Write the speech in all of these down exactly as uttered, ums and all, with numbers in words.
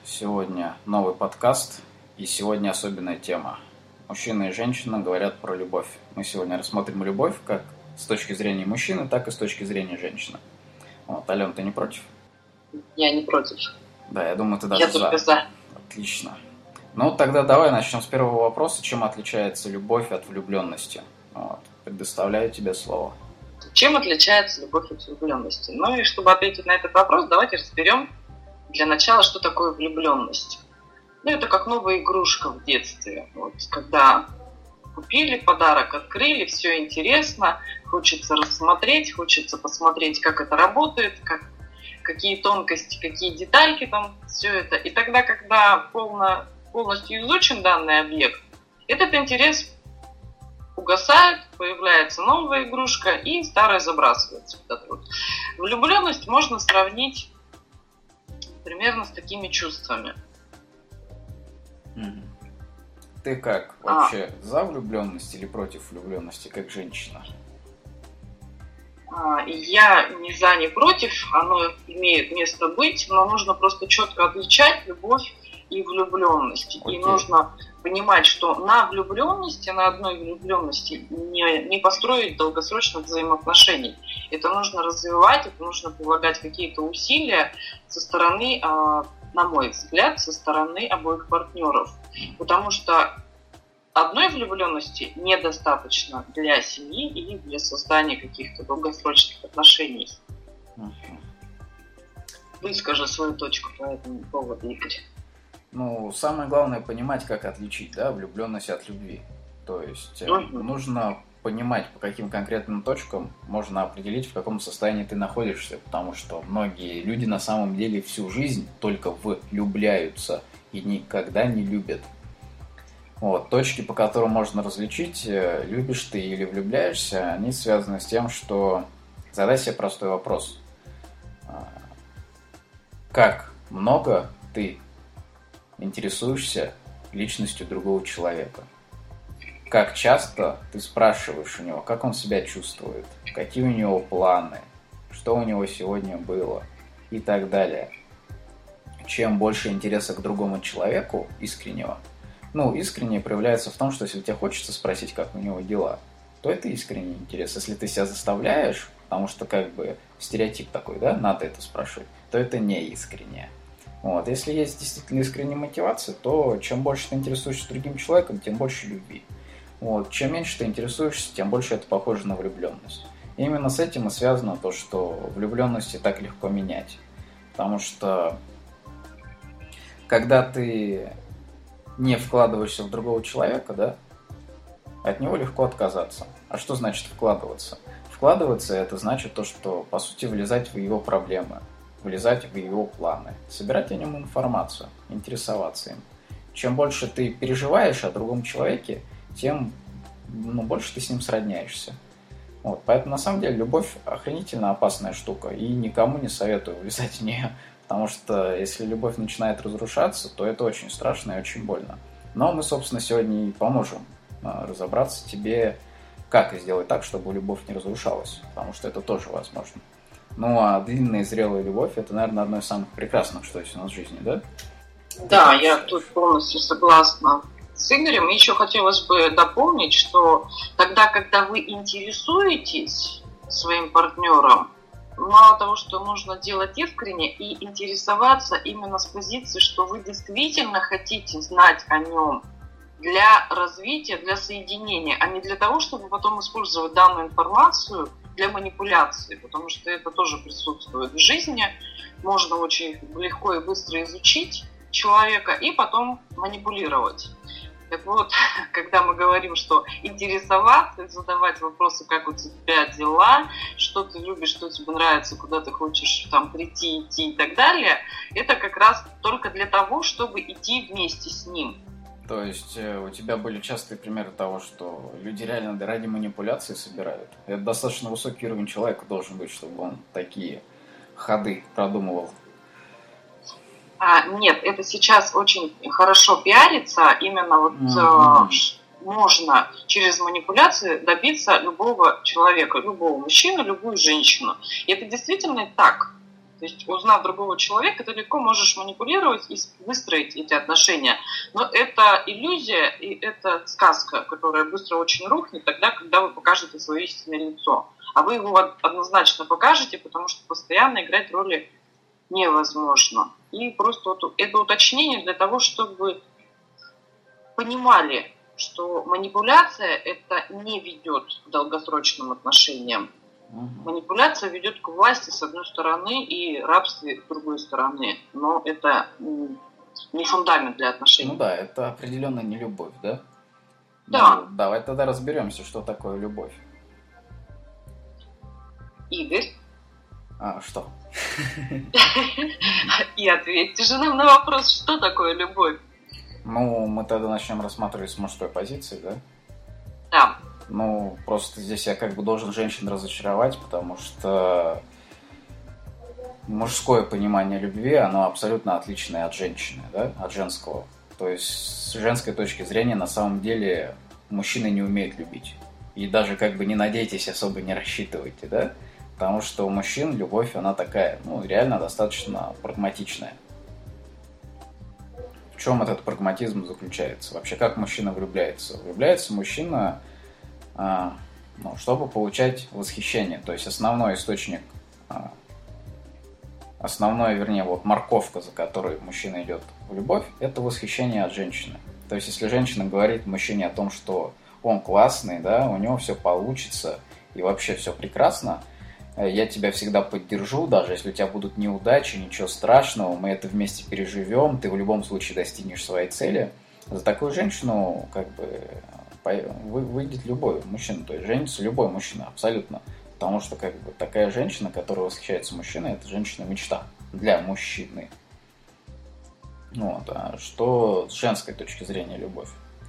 Сегодня новый подкаст, и сегодня особенная тема. Мужчина и женщина говорят про любовь. Мы сегодня рассмотрим любовь как с точки зрения мужчины, так и с точки зрения женщины. Вот, Ален, ты не против? Я не против. Да, я думаю, ты даже я за. только за. Отлично. Ну, тогда давай начнем с первого вопроса. Чем отличается любовь от влюбленности? Вот. Предоставляю тебе слово. Чем отличается любовь от влюбленности? Ну и чтобы ответить на этот вопрос, давайте разберем для начала, что такое влюбленность. Ну, это как новая игрушка в детстве. Вот, когда купили подарок, открыли, все интересно, хочется рассмотреть, хочется посмотреть, как это работает, как, какие тонкости, какие детальки там, все это. И тогда, когда полно, полностью изучен данный объект, этот интерес угасает, появляется новая игрушка, и старая забрасывается. Вот. Влюбленность можно сравнить примерно с такими чувствами. Ты как? Вообще а. за влюбленность или против влюбленности, как женщина? А, я ни за, ни против, оно имеет место быть, но нужно просто четко отличать любовь и влюбленность. Okay. И нужно понимать, что на влюбленности, на одной влюбленности не, не построить долгосрочных взаимоотношений. Это нужно развивать, это нужно прилагать какие-то усилия со стороны, на мой взгляд, со стороны обоих партнеров. Потому что одной влюбленности недостаточно для семьи и для создания каких-то долгосрочных отношений. Uh-huh. Выскажи свою точку по этому поводу, Игорь. Ну, самое главное понимать, как отличить, да, влюбленность от любви. То есть uh-huh. нужно понимать, по каким конкретным точкам можно определить, в каком состоянии ты находишься. Потому что многие люди на самом деле всю жизнь только влюбляются и никогда не любят. Вот, точки, по которым можно различить, любишь ты или влюбляешься, они связаны с тем, что задай себе простой вопрос. Как много ты интересуешься личностью другого человека? Как часто ты спрашиваешь у него, как он себя чувствует, какие у него планы, что у него сегодня было и так далее. Чем больше интереса к другому человеку, искреннего, ну, искренне проявляется в том, что если тебе хочется спросить, как у него дела, то это искренний интерес. Если ты себя заставляешь, потому что как бы стереотип такой, да, надо это спрашивать, то это не искренне. Вот. Если есть действительно искренняя мотивация, то чем больше ты интересуешься другим человеком, тем больше любви. Вот. Чем меньше ты интересуешься, тем больше это похоже на влюбленность. И именно с этим и связано то, что влюбленности так легко менять. Потому что когда ты не вкладываешься в другого человека, да, от него легко отказаться. А что значит вкладываться? Вкладываться – это значит то, что, по сути, влезать в его проблемы, влезать в его планы, собирать о нем информацию, интересоваться им. Чем больше ты переживаешь о другом человеке, тем ну, больше ты с ним сродняешься. Вот. Поэтому, на самом деле, любовь охренительно опасная штука, и никому не советую влезать в нее. Потому что если любовь начинает разрушаться, то это очень страшно и очень больно. Но мы, собственно, сегодня и поможем разобраться тебе, как сделать так, чтобы любовь не разрушалась. Потому что это тоже возможно. Ну, а длинная и зрелая любовь – это, наверное, одно из самых прекрасных, что есть у нас в жизни, да? Да, я тут полностью согласна с Игорем. Еще хотелось бы дополнить, что тогда, когда вы интересуетесь своим партнером, мало того, что нужно делать искренне и интересоваться именно с позиции, что вы действительно хотите знать о нем для развития, для соединения, а не для того, чтобы потом использовать данную информацию для манипуляции, потому что это тоже присутствует в жизни. Можно очень легко и быстро изучить человека и потом манипулировать. Так вот, когда мы говорим, что интересоваться, задавать вопросы, как у тебя дела, что ты любишь, что тебе нравится, куда ты хочешь там прийти, идти и так далее, это как раз только для того, чтобы идти вместе с ним. То есть у тебя были частые примеры того, что люди реально ради манипуляции собирают? Это достаточно высокий уровень человека должен быть, чтобы он такие ходы продумывал. А, нет, это сейчас очень хорошо пиарится. Именно вот mm-hmm. э, можно через манипуляции добиться любого человека, любого мужчину, любую женщину. И это действительно так. То есть, узнав другого человека, ты легко можешь манипулировать и выстроить эти отношения. Но это иллюзия и это сказка, которая быстро очень рухнет тогда, когда вы покажете свое истинное лицо. А вы его однозначно покажете, потому что постоянно играть роли невозможно. И просто вот это уточнение для того, чтобы понимали, что манипуляция это не ведет к долгосрочным отношениям. Угу. Манипуляция ведет к власти с одной стороны и рабстве с другой стороны. Но это не фундамент для отношений. Ну да, это определенно не любовь, да? Да. Ну, давай тогда разберемся, что такое любовь. Игорь. А, что? И ответьте же нам на вопрос, что такое любовь. Ну, мы тогда начнем рассматривать с мужской позиции, да? Да. Ну, просто здесь я как бы должен женщин разочаровать, потому что мужское понимание любви, оно абсолютно отличное от женщины, да, от женского. То есть с женской точки зрения на самом деле мужчины не умеют любить. И даже как бы не надейтесь, особо не рассчитывайте, да? Потому что у мужчин любовь, она такая, ну, реально достаточно прагматичная. В чем этот прагматизм заключается? Вообще, как мужчина влюбляется? Влюбляется мужчина, а, ну, чтобы получать восхищение. То есть основной источник, а, основной, вернее, вот морковка, за которой мужчина идет в любовь, это восхищение от женщины. То есть если женщина говорит мужчине о том, что он классный, да, у него все получится и вообще все прекрасно, я тебя всегда поддержу, даже если у тебя будут неудачи, ничего страшного, мы это вместе переживем, ты в любом случае достигнешь своей цели. За такую женщину как бы выйдет любой мужчина, то есть женится любой мужчина, абсолютно. Потому что как бы такая женщина, которая восхищается мужчиной, это женщина-мечта для мужчины. Вот. А что с женской точки зрения любовь?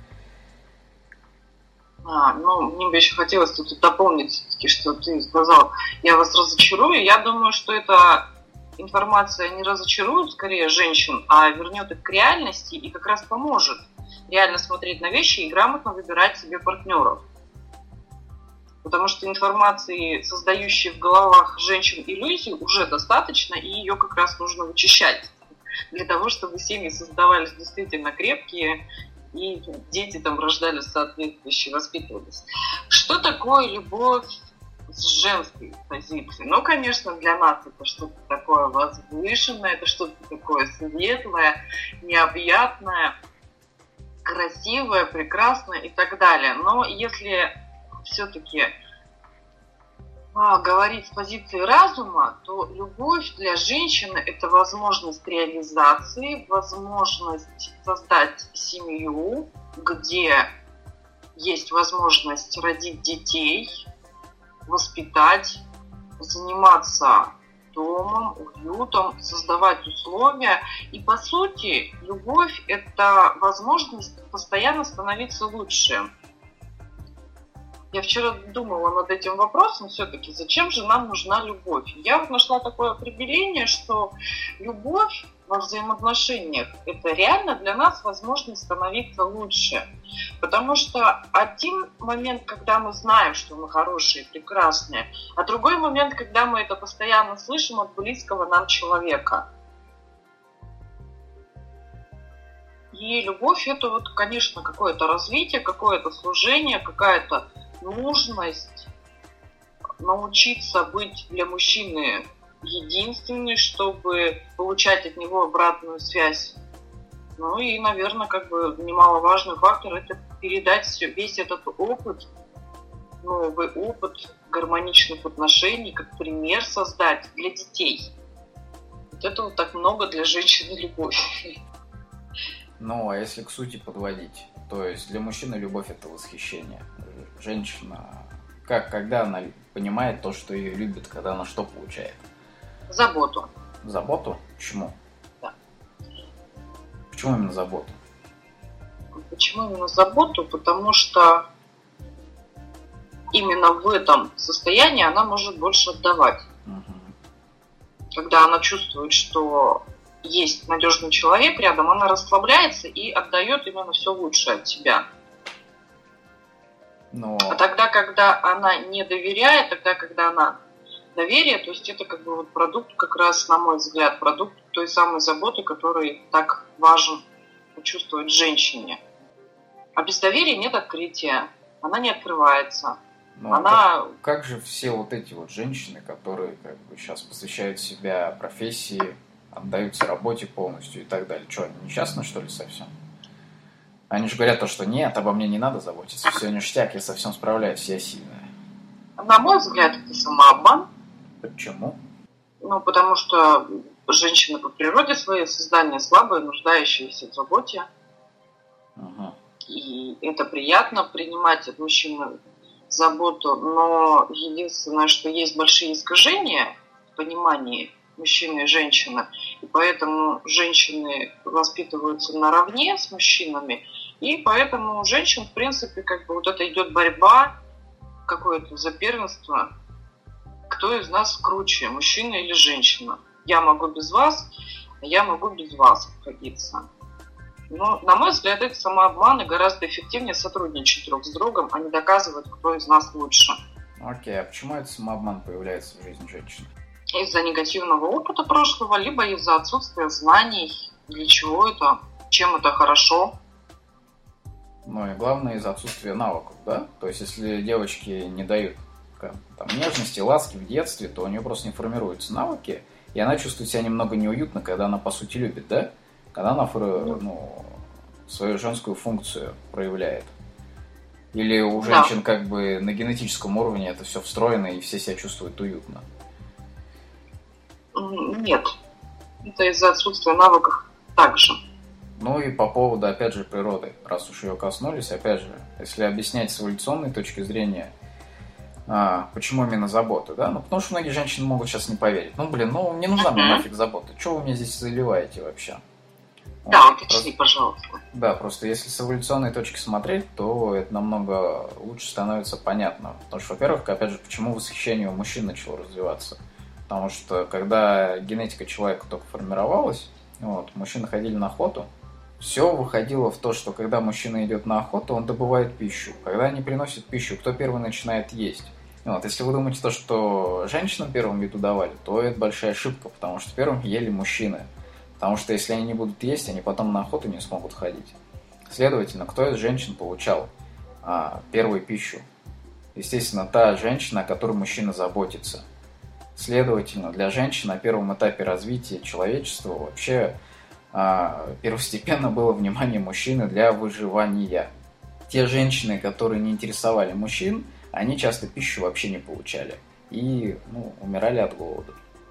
А, ну, мне бы еще хотелось тут дополнить все-таки, что ты сказал, я вас разочарую. Я думаю, что эта информация не разочарует скорее женщин, а вернет их к реальности и как раз поможет реально смотреть на вещи и грамотно выбирать себе партнеров. Потому что информации, создающей в головах женщин иллюзии, уже достаточно, и ее как раз нужно вычищать для того, чтобы семьи создавались действительно крепкие, и дети там рождались соответствующие, воспитывались. Что такое любовь с женской позиции? Ну, конечно, для нас это что-то такое возвышенное, это что-то такое светлое, необъятное, красивое, прекрасное и так далее. Но если все-таки а, говорить с позиции разума, то любовь для женщины – это возможность реализации, возможность создать семью, где есть возможность родить детей, воспитать, заниматься домом, уютом, создавать условия. И по сути, любовь – это возможность постоянно становиться лучше. Я вчера думала над этим вопросом все-таки, зачем же нам нужна любовь. Я вот нашла такое определение, что любовь во взаимоотношениях – это реально для нас возможность становиться лучше. Потому что один момент, когда мы знаем, что мы хорошие, прекрасные, а другой момент, когда мы это постоянно слышим от близкого нам человека. И любовь – это вот, конечно, какое-то развитие, какое-то служение, какая-то нужность научиться быть для мужчины единственной, чтобы получать от него обратную связь. Ну и, наверное, как бы немаловажный фактор – это передать все, весь этот опыт, новый опыт гармоничных отношений, как пример создать для детей. Вот это вот так много для женщины любовь. Ну, а если к сути подводить, то есть для мужчины любовь – это восхищение. Женщина, как, когда она понимает то, что ее любят, когда она что получает? Заботу. Заботу? Почему? Да. Почему именно заботу? Почему именно заботу? Потому что именно в этом состоянии она может больше отдавать. Угу. Когда она чувствует, что есть надежный человек рядом, она расслабляется и отдает именно все лучшее от себя. Но... А тогда, когда она не доверяет, тогда, когда она доверие, то есть это как бы вот продукт, как раз, на мой взгляд, продукт той самой заботы, который так важен почувствовать женщине. А без доверия нет открытия, она не открывается. Ну, она... как, как же все вот эти вот женщины, которые как бы сейчас посвящают себя профессии, отдаются работе полностью и так далее, что, они несчастны, что ли, совсем? Они же говорят то, что нет, обо мне не надо заботиться, все ништяк, я совсем справляюсь, я сильная. На мой взгляд, это самообман. Почему? Ну, потому что женщина по природе своей создание слабое, нуждающееся в заботе. Угу. И это приятно принимать от мужчины заботу, но единственное, что есть большие искажения в понимании мужчины и женщины, и поэтому женщины воспитываются наравне с мужчинами, и поэтому у женщин, в принципе, как бы вот это идет борьба, какое-то за первенство, кто из нас круче, мужчина или женщина. Я могу без вас, а я могу без вас обходиться. Но, на мой взгляд, это самообман, и гораздо эффективнее сотрудничать друг с другом, а не доказывать, кто из нас лучше. Окей, а почему этот самообман появляется в жизни женщины? Из-за негативного опыта прошлого, либо из-за отсутствия знаний, для чего это, чем это хорошо. Ну и главное, из-за отсутствия навыков, да? То есть, если девочки не дают там, нежности, ласки в детстве, то у нее просто не формируются навыки, и она чувствует себя немного неуютно, когда она, по сути, любит, да? Когда она ну, свою женскую функцию проявляет. Или у женщин да. как бы на генетическом уровне это все встроено, и все себя чувствуют уютно? Нет. Это из-за отсутствия навыков также. Ну и по поводу, опять же, природы. Раз уж ее коснулись, опять же, если объяснять с эволюционной точки зрения, а, почему именно забота, да? Ну, потому что многие женщины могут сейчас не поверить. Ну, блин, ну, не нужна мне нафиг забота. Чего вы мне здесь заливаете вообще? Да, вот, уточни, просто, пожалуйста. Да, просто если с эволюционной точки смотреть, то это намного лучше становится понятно. Потому что, во-первых, опять же, почему восхищение у мужчин начало развиваться? Потому что, когда генетика человека только формировалась, вот, мужчины ходили на охоту, все выходило в то, что когда мужчина идет на охоту, он добывает пищу. Когда они приносят пищу, кто первый начинает есть? Вот, если вы думаете, то, что женщинам первым еду давали, то это большая ошибка, потому что первым ели мужчины. Потому что если они не будут есть, они потом на охоту не смогут ходить. Следовательно, кто из женщин получал а, первую пищу? Естественно, та женщина, о которой мужчина заботится. Следовательно, для женщин на первом этапе развития человечества вообще а, первостепенно было внимание мужчины для выживания. Те женщины, которые не интересовали мужчин, они часто пищу вообще не получали и ну, умирали от голода.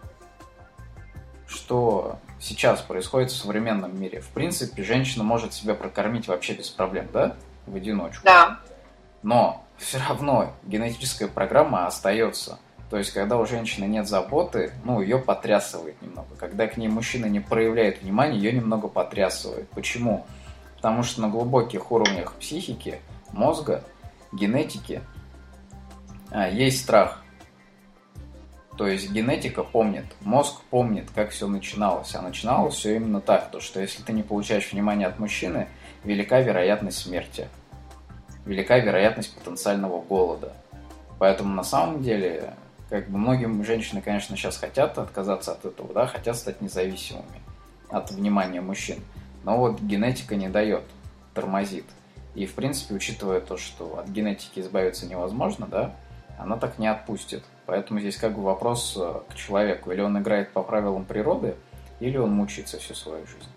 Что сейчас происходит в современном мире? В принципе, женщина может себя прокормить вообще без проблем, да? В одиночку. Да. Но все равно генетическая программа остается. То есть, когда у женщины нет заботы, ну, ее потрясывает немного. Когда к ней мужчина не проявляет внимания, ее немного потрясывает. Почему? Потому что на глубоких уровнях психики, мозга, генетики а, есть страх. То есть генетика помнит, мозг помнит, как все начиналось. А начиналось все именно так, то, что если ты не получаешь внимания от мужчины, велика вероятность смерти. Велика вероятность потенциального голода. Поэтому на самом деле, как бы многие женщины, конечно, сейчас хотят отказаться от этого, да, хотят стать независимыми от внимания мужчин. Но вот генетика не дает, тормозит. И, в принципе, учитывая то, что от генетики избавиться невозможно, да, она так не отпустит. Поэтому здесь как бы вопрос к человеку. Или он играет по правилам природы, или он мучается всю свою жизнь.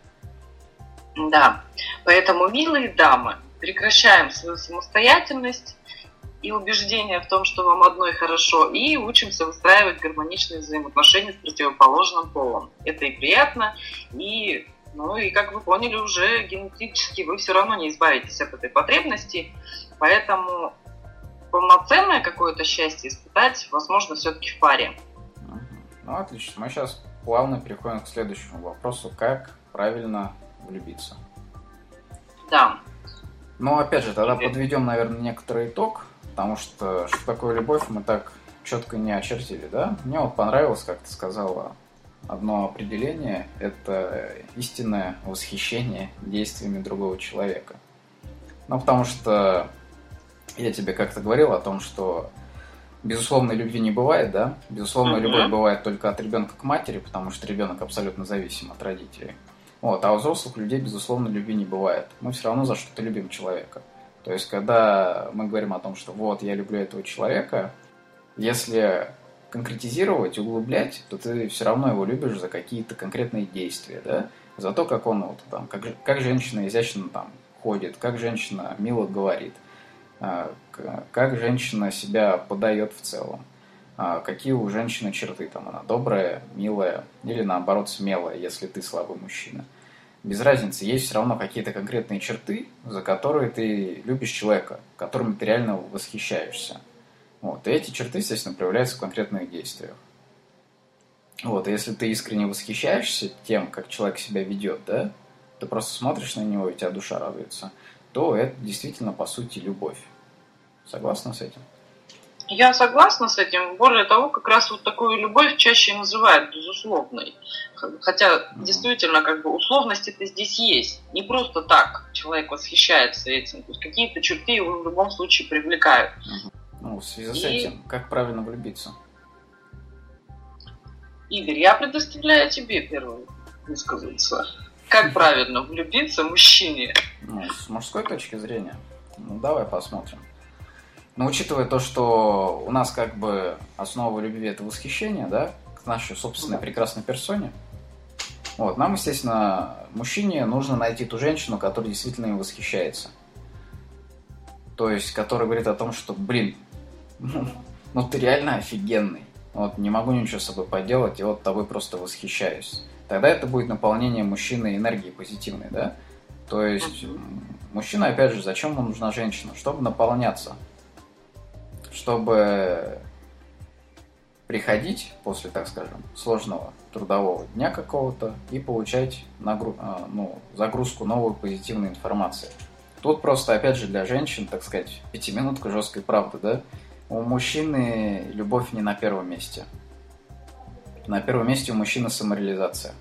Да. Поэтому, милые дамы, прекращаем свою самостоятельность и убеждение в том, что вам одной хорошо, и учимся выстраивать гармоничные взаимоотношения с противоположным полом. Это и приятно, и, ну, и как вы поняли, уже генетически вы все равно не избавитесь от этой потребности, поэтому полноценное какое-то счастье испытать, возможно, все-таки в паре. Ну, отлично. Мы сейчас плавно переходим к следующему вопросу. Как правильно влюбиться? Да. Ну, опять же, тогда подведем, наверное, некоторый итог, потому что что такое любовь, мы так четко не очертили, да? Мне вот понравилось, как ты сказала, одно определение – это истинное восхищение действиями другого человека. Ну, потому что я тебе как-то говорил о том, что безусловной любви не бывает, да? Безусловная uh-huh. любовь бывает только от ребенка к матери, потому что ребенок абсолютно зависим от родителей. Вот, а у взрослых людей, безусловно, любви не бывает. Мы все равно за что-то любим человека. То есть, когда мы говорим о том, что вот, я люблю этого человека, если конкретизировать, углублять, то ты все равно его любишь за какие-то конкретные действия, да? За то, как он вот там, как, как женщина изящно там ходит, как женщина мило говорит, как женщина себя подает в целом, какие у женщины черты, там она добрая, милая или наоборот смелая, если ты слабый мужчина. Без разницы, есть все равно какие-то конкретные черты, за которые ты любишь человека, которыми ты реально восхищаешься. Вот. И эти черты, естественно, проявляются в конкретных действиях. Вот. И если ты искренне восхищаешься тем, как человек себя ведет, да, ты просто смотришь на него, и у тебя душа радуется, то это действительно, по сути, любовь. Согласна с этим? Я согласна с этим. Более того, как раз вот такую любовь чаще называют безусловной. Хотя, mm-hmm. действительно, как бы условности-то здесь есть. Не просто так человек восхищается этим. То есть какие-то черты его в любом случае привлекают. Mm-hmm. Ну, в связи с И... этим, как правильно влюбиться? Игорь, я предоставляю тебе первым высказаться. Как правильно влюбиться мужчине? Ну, с мужской точки зрения. Ну, давай посмотрим. Но учитывая то, что у нас как бы основа любви – это восхищение, да, к нашей собственной прекрасной персоне, вот, нам, естественно, мужчине нужно найти ту женщину, которая действительно им восхищается. То есть, которая говорит о том, что, блин, ну, ну ты реально офигенный. Вот, не могу ничего с собой поделать, и вот тобой просто восхищаюсь. Тогда это будет наполнение мужчины энергией позитивной, да? То есть, мужчина, опять же, зачем ему нужна женщина? Чтобы наполняться. Чтобы приходить после, так скажем, сложного трудового дня какого-то и получать нагру... ну, загрузку новой позитивной информации. Тут просто, опять же, для женщин, так сказать, пятиминутка жесткой правды, да? У мужчины любовь не на первом месте. На первом месте у мужчины самореализация.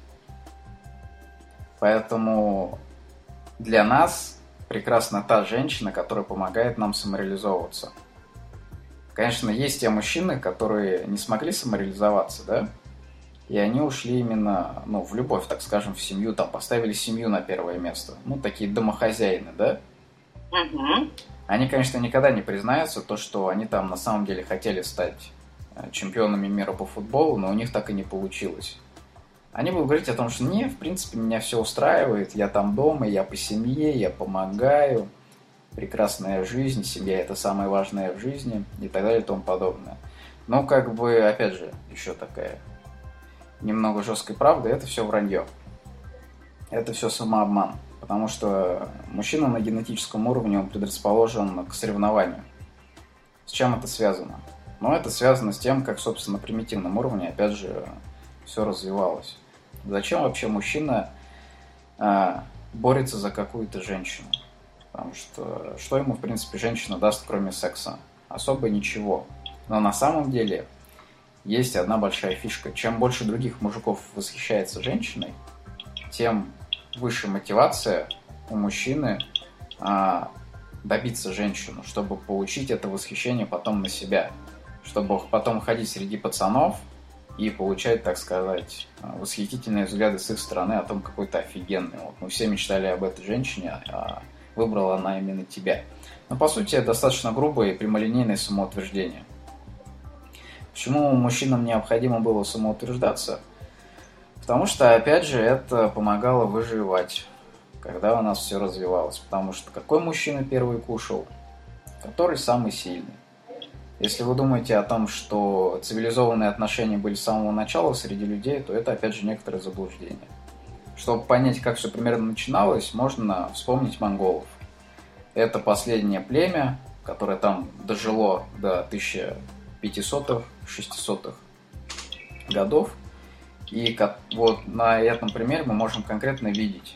Поэтому для нас прекрасна та женщина, которая помогает нам самореализовываться. Конечно, есть те мужчины, которые не смогли самореализоваться, да, и они ушли именно, ну, в любовь, так скажем, в семью, там, поставили семью на первое место. Ну, такие домохозяины, да. Угу. Они, конечно, никогда не признаются, то, что они там на самом деле хотели стать чемпионами мира по футболу, но у них так и не получилось. Они будут говорить о том, что не, в принципе, меня все устраивает, я там дома, я по семье, я помогаю, прекрасная жизнь, семья – это самое важное в жизни и так далее и тому подобное. Но, как бы, опять же, еще такая немного жесткой правды, это все вранье. Это все самообман. Потому что мужчина на генетическом уровне, он предрасположен к соревнованию. С чем это связано? Ну, это связано с тем, как, собственно, на примитивном уровне, опять же, все развивалось. Зачем вообще мужчина а, борется за какую-то женщину? Потому что что ему, в принципе, женщина даст, кроме секса? Особо ничего. Но на самом деле есть одна большая фишка. Чем больше других мужиков восхищается женщиной, тем выше мотивация у мужчины а, добиться женщину, чтобы получить это восхищение потом на себя. Чтобы потом ходить среди пацанов и получать, так сказать, восхитительные взгляды с их стороны о том, какой ты офигенный. Вот мы все мечтали об этой женщине, а выбрала она именно тебя. Но по сути это достаточно грубое и прямолинейное самоутверждение. Почему мужчинам необходимо было самоутверждаться? Потому что, опять же, это помогало выживать, когда у нас все развивалось. Потому что какой мужчина первый кушал? Который самый сильный. Если вы думаете о том, что цивилизованные отношения были с самого начала среди людей, то это, опять же, некоторое заблуждение. Чтобы понять, как все примерно начиналось, можно вспомнить монголов. Это последнее племя, которое там дожило до тысяча пятисотых-шестисотых годов. И вот на этом примере мы можем конкретно видеть,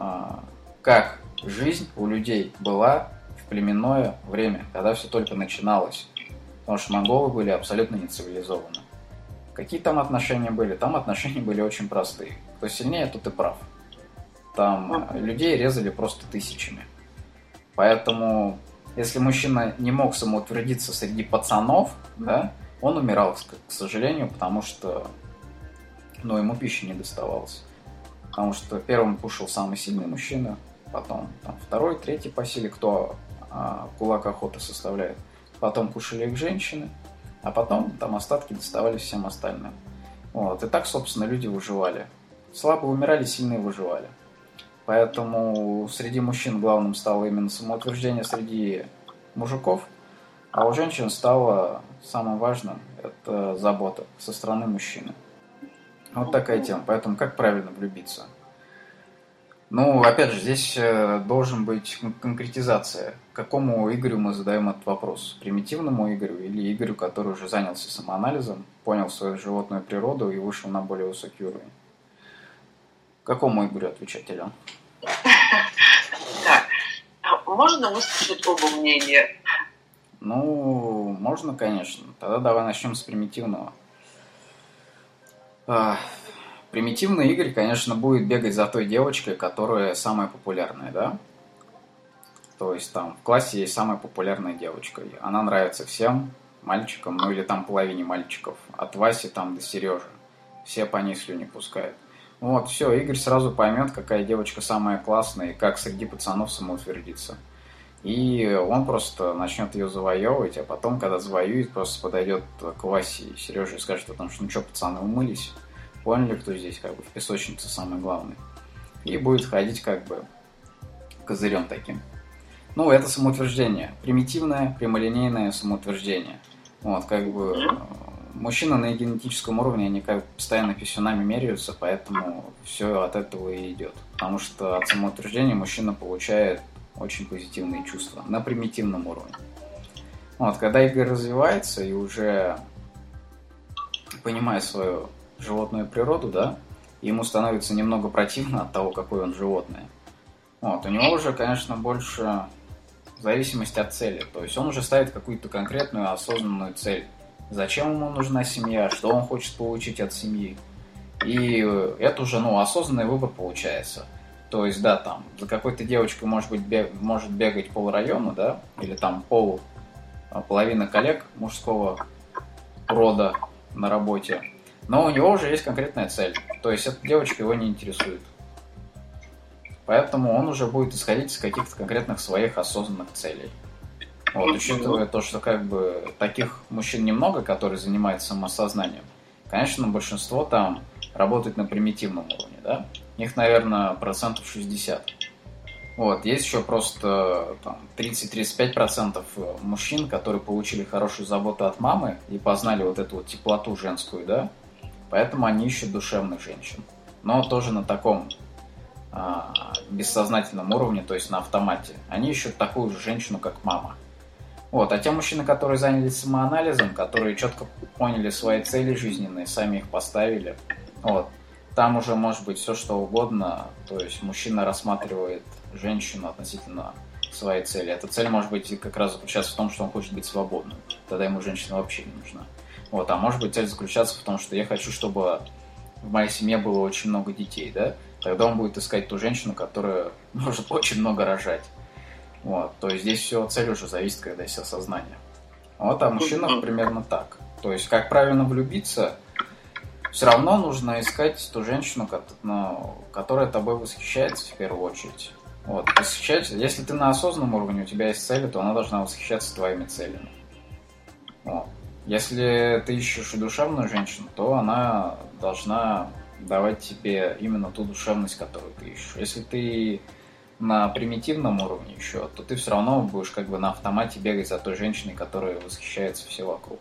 как жизнь у людей была в племенное время, когда все только начиналось. Потому что монголы были абсолютно не цивилизованы. Какие там отношения были? Там отношения были очень простые. Кто сильнее, тот и прав. Там людей резали просто тысячами. Поэтому если мужчина не мог самоутвердиться среди пацанов, да, он умирал, к сожалению, потому что, ну, ему пищи не доставалось. Потому что первым кушал самый сильный мужчина, потом там, второй, третий по силе, кто а, кулак охоты составляет. Потом кушали их женщины, а потом там остатки доставались всем остальным. Вот. И так, собственно, люди выживали. Слабые умирали, сильные выживали. Поэтому среди мужчин главным стало именно самоутверждение среди мужиков, а у женщин стало самым важным – это забота со стороны мужчины. Вот такая тема. Поэтому как правильно влюбиться? Ну, опять же, здесь должен быть конкретизация. Какому Игорю мы задаем этот вопрос? Примитивному Игорю или Игорю, который уже занялся самоанализом, понял свою животную природу и вышел на более высокий уровень? Какому Игорю отвечать, Ален? Так, можно выслушать оба мнения? Ну, можно, конечно. Тогда давай начнем с примитивного. Примитивный Игорь, конечно, будет бегать за той девочкой, которая самая популярная, да? То есть там в классе есть самая популярная девочка. Она нравится всем мальчикам, ну или там половине мальчиков. От Васи там до Сережи. Все по ней слюни пускают. Вот, все, Игорь сразу поймет, какая девочка самая классная и как среди пацанов самоутвердиться. И он просто начнет ее завоевывать, а потом, когда завоюет, просто подойдет к Васе и Сереже и скажет о том, что ну что, пацаны, умылись? Поняли, кто здесь как бы в песочнице самый главный? И будет ходить как бы козырем таким. Ну, это самоутверждение. Примитивное, прямолинейное самоутверждение. Вот, как бы мужчины на генетическом уровне, они как бы постоянно писюнами меряются, поэтому все от этого и идет. Потому что от самоутверждения мужчина получает очень позитивные чувства на примитивном уровне. Вот, когда Игорь развивается и уже понимает свою животную природу, да, ему становится немного противно от того, какое он животное. Вот, у него уже, конечно, больше зависимость от цели. То есть он уже ставит какую-то конкретную осознанную цель. Зачем ему нужна семья, что он хочет получить от семьи. И это уже, ну, осознанный выбор получается. То есть, да, там, за какой-то девочкой может быть бег, может бегать полрайона, да, или там пол, половина коллег мужского рода на работе. Но у него уже есть конкретная цель. То есть, эта девочка его не интересует. Поэтому он уже будет исходить из каких-то конкретных своих осознанных целей. Вот, учитывая то, что как бы таких мужчин немного, которые занимаются самосознанием, конечно, большинство там работает на примитивном уровне, да? Их, наверное, процентов шестьдесят. Вот, есть еще просто там, тридцать-тридцать пять процентов мужчин, которые получили хорошую заботу от мамы и познали вот эту вот теплоту женскую, да? Поэтому они ищут душевных женщин. Но тоже на таком а, бессознательном уровне, то есть на автомате. Они ищут такую же женщину, как мама. Вот. А те мужчины, которые занялись самоанализом, которые четко поняли свои цели жизненные, сами их поставили, вот, там уже может быть все что угодно. То есть мужчина рассматривает женщину относительно своей цели. Эта цель может быть как раз заключаться в том, что он хочет быть свободным. Тогда ему женщина вообще не нужна. Вот. А может быть цель заключаться в том, что я хочу, чтобы в моей семье было очень много детей, да? Тогда он будет искать ту женщину, которая может очень много рожать. Вот. То есть здесь все цель уже зависит, когда есть осознание. Вот, а мужчина примерно так. То есть как правильно влюбиться, все равно нужно искать ту женщину, которая тобой восхищается в первую очередь. Вот. Восхищать, если ты на осознанном уровне, у тебя есть цели, то она должна восхищаться твоими целями. Вот. Если ты ищешь душевную женщину, то она должна давать тебе именно ту душевность, которую ты ищешь. Если ты на примитивном уровне еще, то ты все равно будешь как бы на автомате бегать за той женщиной, которая восхищается все вокруг.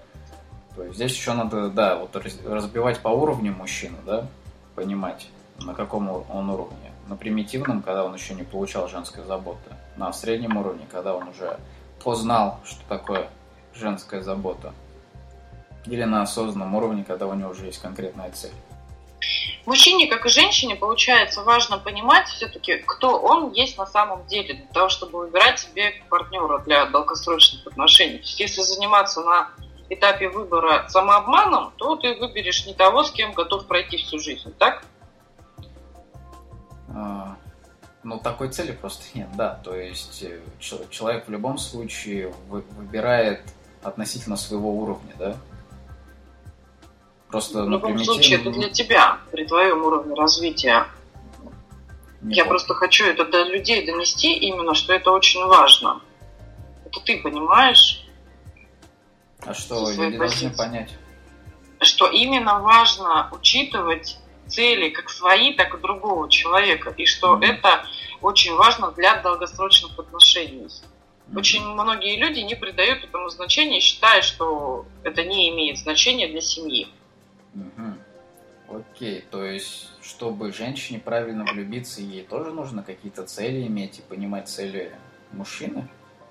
То есть здесь еще надо, да, вот разбивать по уровню мужчину, да, понимать, на каком он уровне. На примитивном, когда он еще не получал женской заботы. На среднем уровне, когда он уже познал, что такое женская забота. Или на осознанном уровне, когда у него уже есть конкретная цель. Мужчине, как и женщине, получается важно понимать все-таки, кто он есть на самом деле, для того, чтобы выбирать себе партнера для долгосрочных отношений. То есть, если заниматься на этапе выбора самообманом, то ты выберешь не того, с кем готов пройти всю жизнь, так? А, Ну, такой цели просто нет, да. То есть человек в любом случае выбирает относительно своего уровня, да? Просто, в ну, любом примитивно... случае, это для тебя, при твоем уровне развития. Не Я помню. просто хочу это до людей донести именно, что это очень важно. Это ты понимаешь? А что люди должны понять? Что именно важно учитывать цели как свои, так и другого человека. И что mm-hmm. это очень важно для долгосрочных отношений. Mm-hmm. Очень многие люди не придают этому значения, считая, что это не имеет значения для семьи. Mm-hmm. Окей, то есть, чтобы женщине правильно влюбиться, ей тоже нужно какие-то цели иметь и понимать цели мужчины?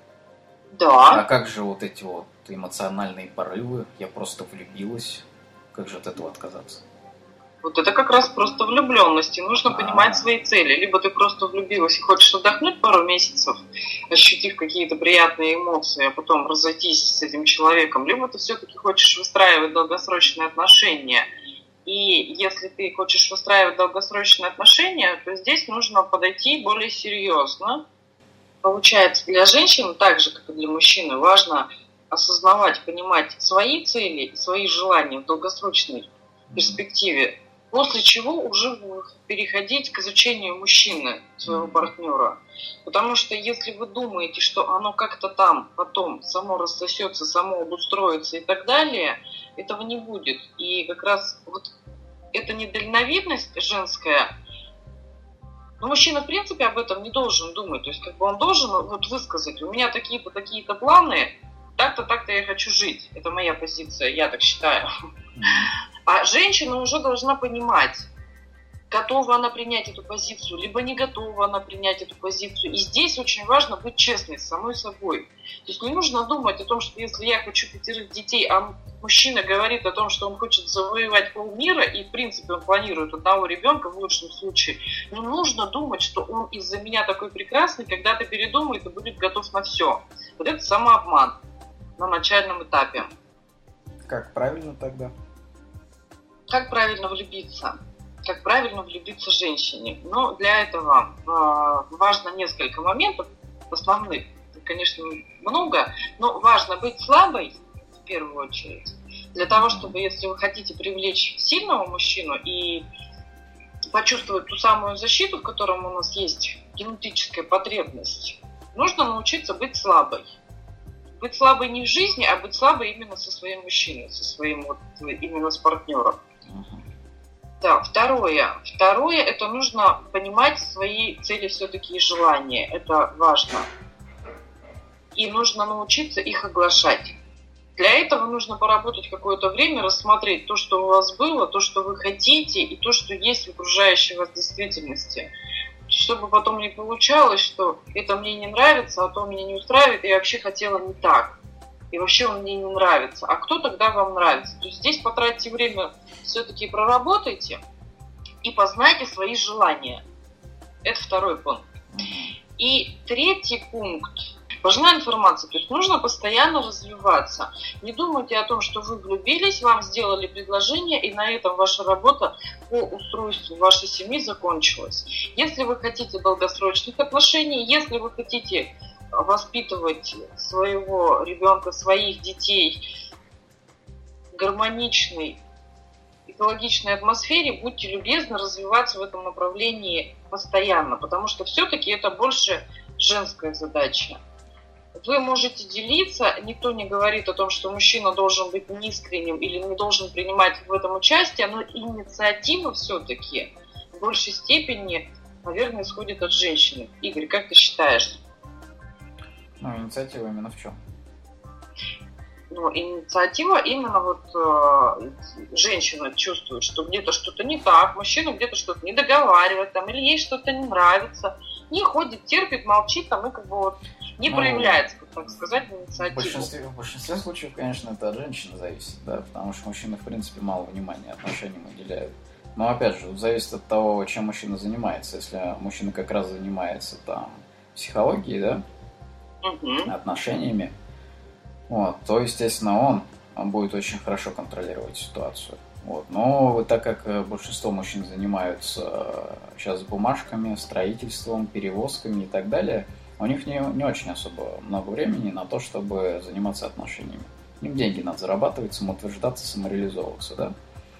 Да. А как же вот эти вот эмоциональные порывы? Я просто влюбилась. Как же от этого отказаться? Вот это как раз просто влюбленность. И нужно А-а-а. понимать свои цели. Либо ты просто влюбилась и хочешь отдохнуть пару месяцев, ощутив какие-то приятные эмоции, а потом разойтись с этим человеком. Либо ты все-таки хочешь выстраивать долгосрочные отношения. И если ты хочешь выстраивать долгосрочные отношения, то здесь нужно подойти более серьезно. Получается, для женщин, так же, как и для мужчины, важно осознавать, понимать свои цели и свои желания в долгосрочной перспективе, после чего уже переходить к изучению мужчины, своего партнера. Потому что если вы думаете, что оно как-то там потом само рассосется, само обустроится и так далее, этого не будет. И как раз вот эта недальновидность женская, но мужчина, в принципе, об этом не должен думать. То есть, как бы он должен вот высказать, у меня такие-то, такие-то планы, так-то, так-то я хочу жить. Это моя позиция, я так считаю. А женщина уже должна понимать, готова она принять эту позицию, либо не готова она принять эту позицию. И здесь очень важно быть честной с самой собой. То есть не нужно думать о том, что если я хочу пятерых детей, а мужчина говорит о том, что он хочет завоевать полмира, и в принципе он планирует одного ребенка в лучшем случае, не нужно думать, что он из-за меня такой прекрасный, когда-то передумает и будет готов на все. Вот это самообман на начальном этапе. Как правильно тогда? Как правильно влюбиться? Как правильно влюбиться женщине? Но для этого э, важно несколько моментов основных. Конечно, много, но важно быть слабой в первую очередь. Для того, чтобы, если вы хотите привлечь сильного мужчину и почувствовать ту самую защиту, в котором у нас есть генетическая потребность, нужно научиться быть слабой. Быть слабой не в жизни, а быть слабой именно со своим мужчиной, со своим вот именно с партнером. Да, второе. Второе, это нужно понимать свои цели все-таки и желания. Это важно. И нужно научиться их оглашать. Для этого нужно поработать какое-то время, рассмотреть то, что у вас было, то, что вы хотите, и то, что есть в окружающей вас действительности. Чтобы потом не получалось, что это мне не нравится, а то меня не устраивает, и я вообще хотела не так. И вообще он мне не нравится. А кто тогда вам нравится? То есть здесь потратьте время, все-таки проработайте и познайте свои желания. Это второй пункт. И третий пункт. Важна информация. То есть нужно постоянно развиваться. Не думайте о том, что вы влюбились, вам сделали предложение, и на этом ваша работа по устройству вашей семьи закончилась. Если вы хотите долгосрочных отношений, если вы хотите воспитывать своего ребенка, своих детей в гармоничной, экологичной атмосфере, будьте любезны развиваться в этом направлении постоянно, потому что все-таки это больше женская задача. Вы можете делиться, никто не говорит о том, что мужчина должен быть неискренним или не должен принимать в этом участие, но инициатива все-таки в большей степени, наверное, исходит от женщины. Игорь, как ты считаешь? Ну, инициатива именно в чем? Ну, инициатива именно вот э, женщина чувствует, что где-то что-то не так, мужчина где-то что-то не договаривает, там, или ей что-то не нравится, не ходит, терпит, молчит, там, и как бы вот не ну, проявляется, так сказать, в инициативу. В большинстве, в большинстве случаев, конечно, это от женщины зависит, да, потому что мужчины, в принципе, мало внимания отношениям уделяют. Но, опять же, зависит от того, чем мужчина занимается. Если мужчина как раз занимается там психологией, да, угу. отношениями, вот, то, естественно, он, он будет очень хорошо контролировать ситуацию. Вот. Но так как большинство мужчин занимаются сейчас бумажками, строительством, перевозками и так далее, у них не, не очень особо много времени на то, чтобы заниматься отношениями. Им деньги надо зарабатывать, самоутверждаться, самореализовываться, да?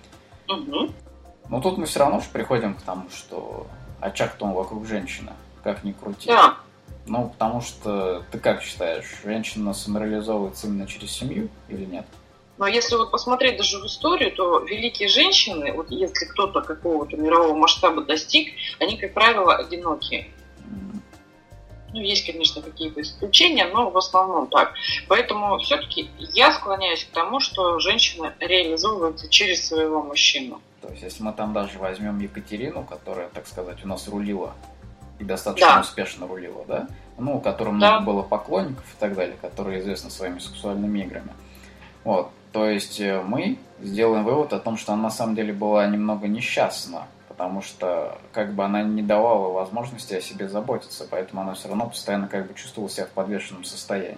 Угу. Но тут мы все равно же приходим к тому, что очаг-то он вокруг женщины, как ни крути. Да. Ну, потому что, ты как считаешь, женщина самореализовывается именно через семью или нет? Но если вот посмотреть даже в историю, то великие женщины, вот если кто-то какого-то мирового масштаба достиг, они, как правило, одинокие. Mm. Ну, есть, конечно, какие-то исключения, но в основном так. Поэтому все-таки я склоняюсь к тому, что женщина реализовывается через своего мужчину. То есть, если мы там даже возьмем Екатерину, которая, так сказать, у нас рулила, и достаточно да. успешно рулила, да? Ну, у которой много да. было поклонников и так далее, которые известны своими сексуальными играми. Вот. То есть мы сделаем вывод о том, что она на самом деле была немного несчастна, потому что как бы она не давала возможности о себе заботиться, поэтому она все равно постоянно как бы чувствовала себя в подвешенном состоянии.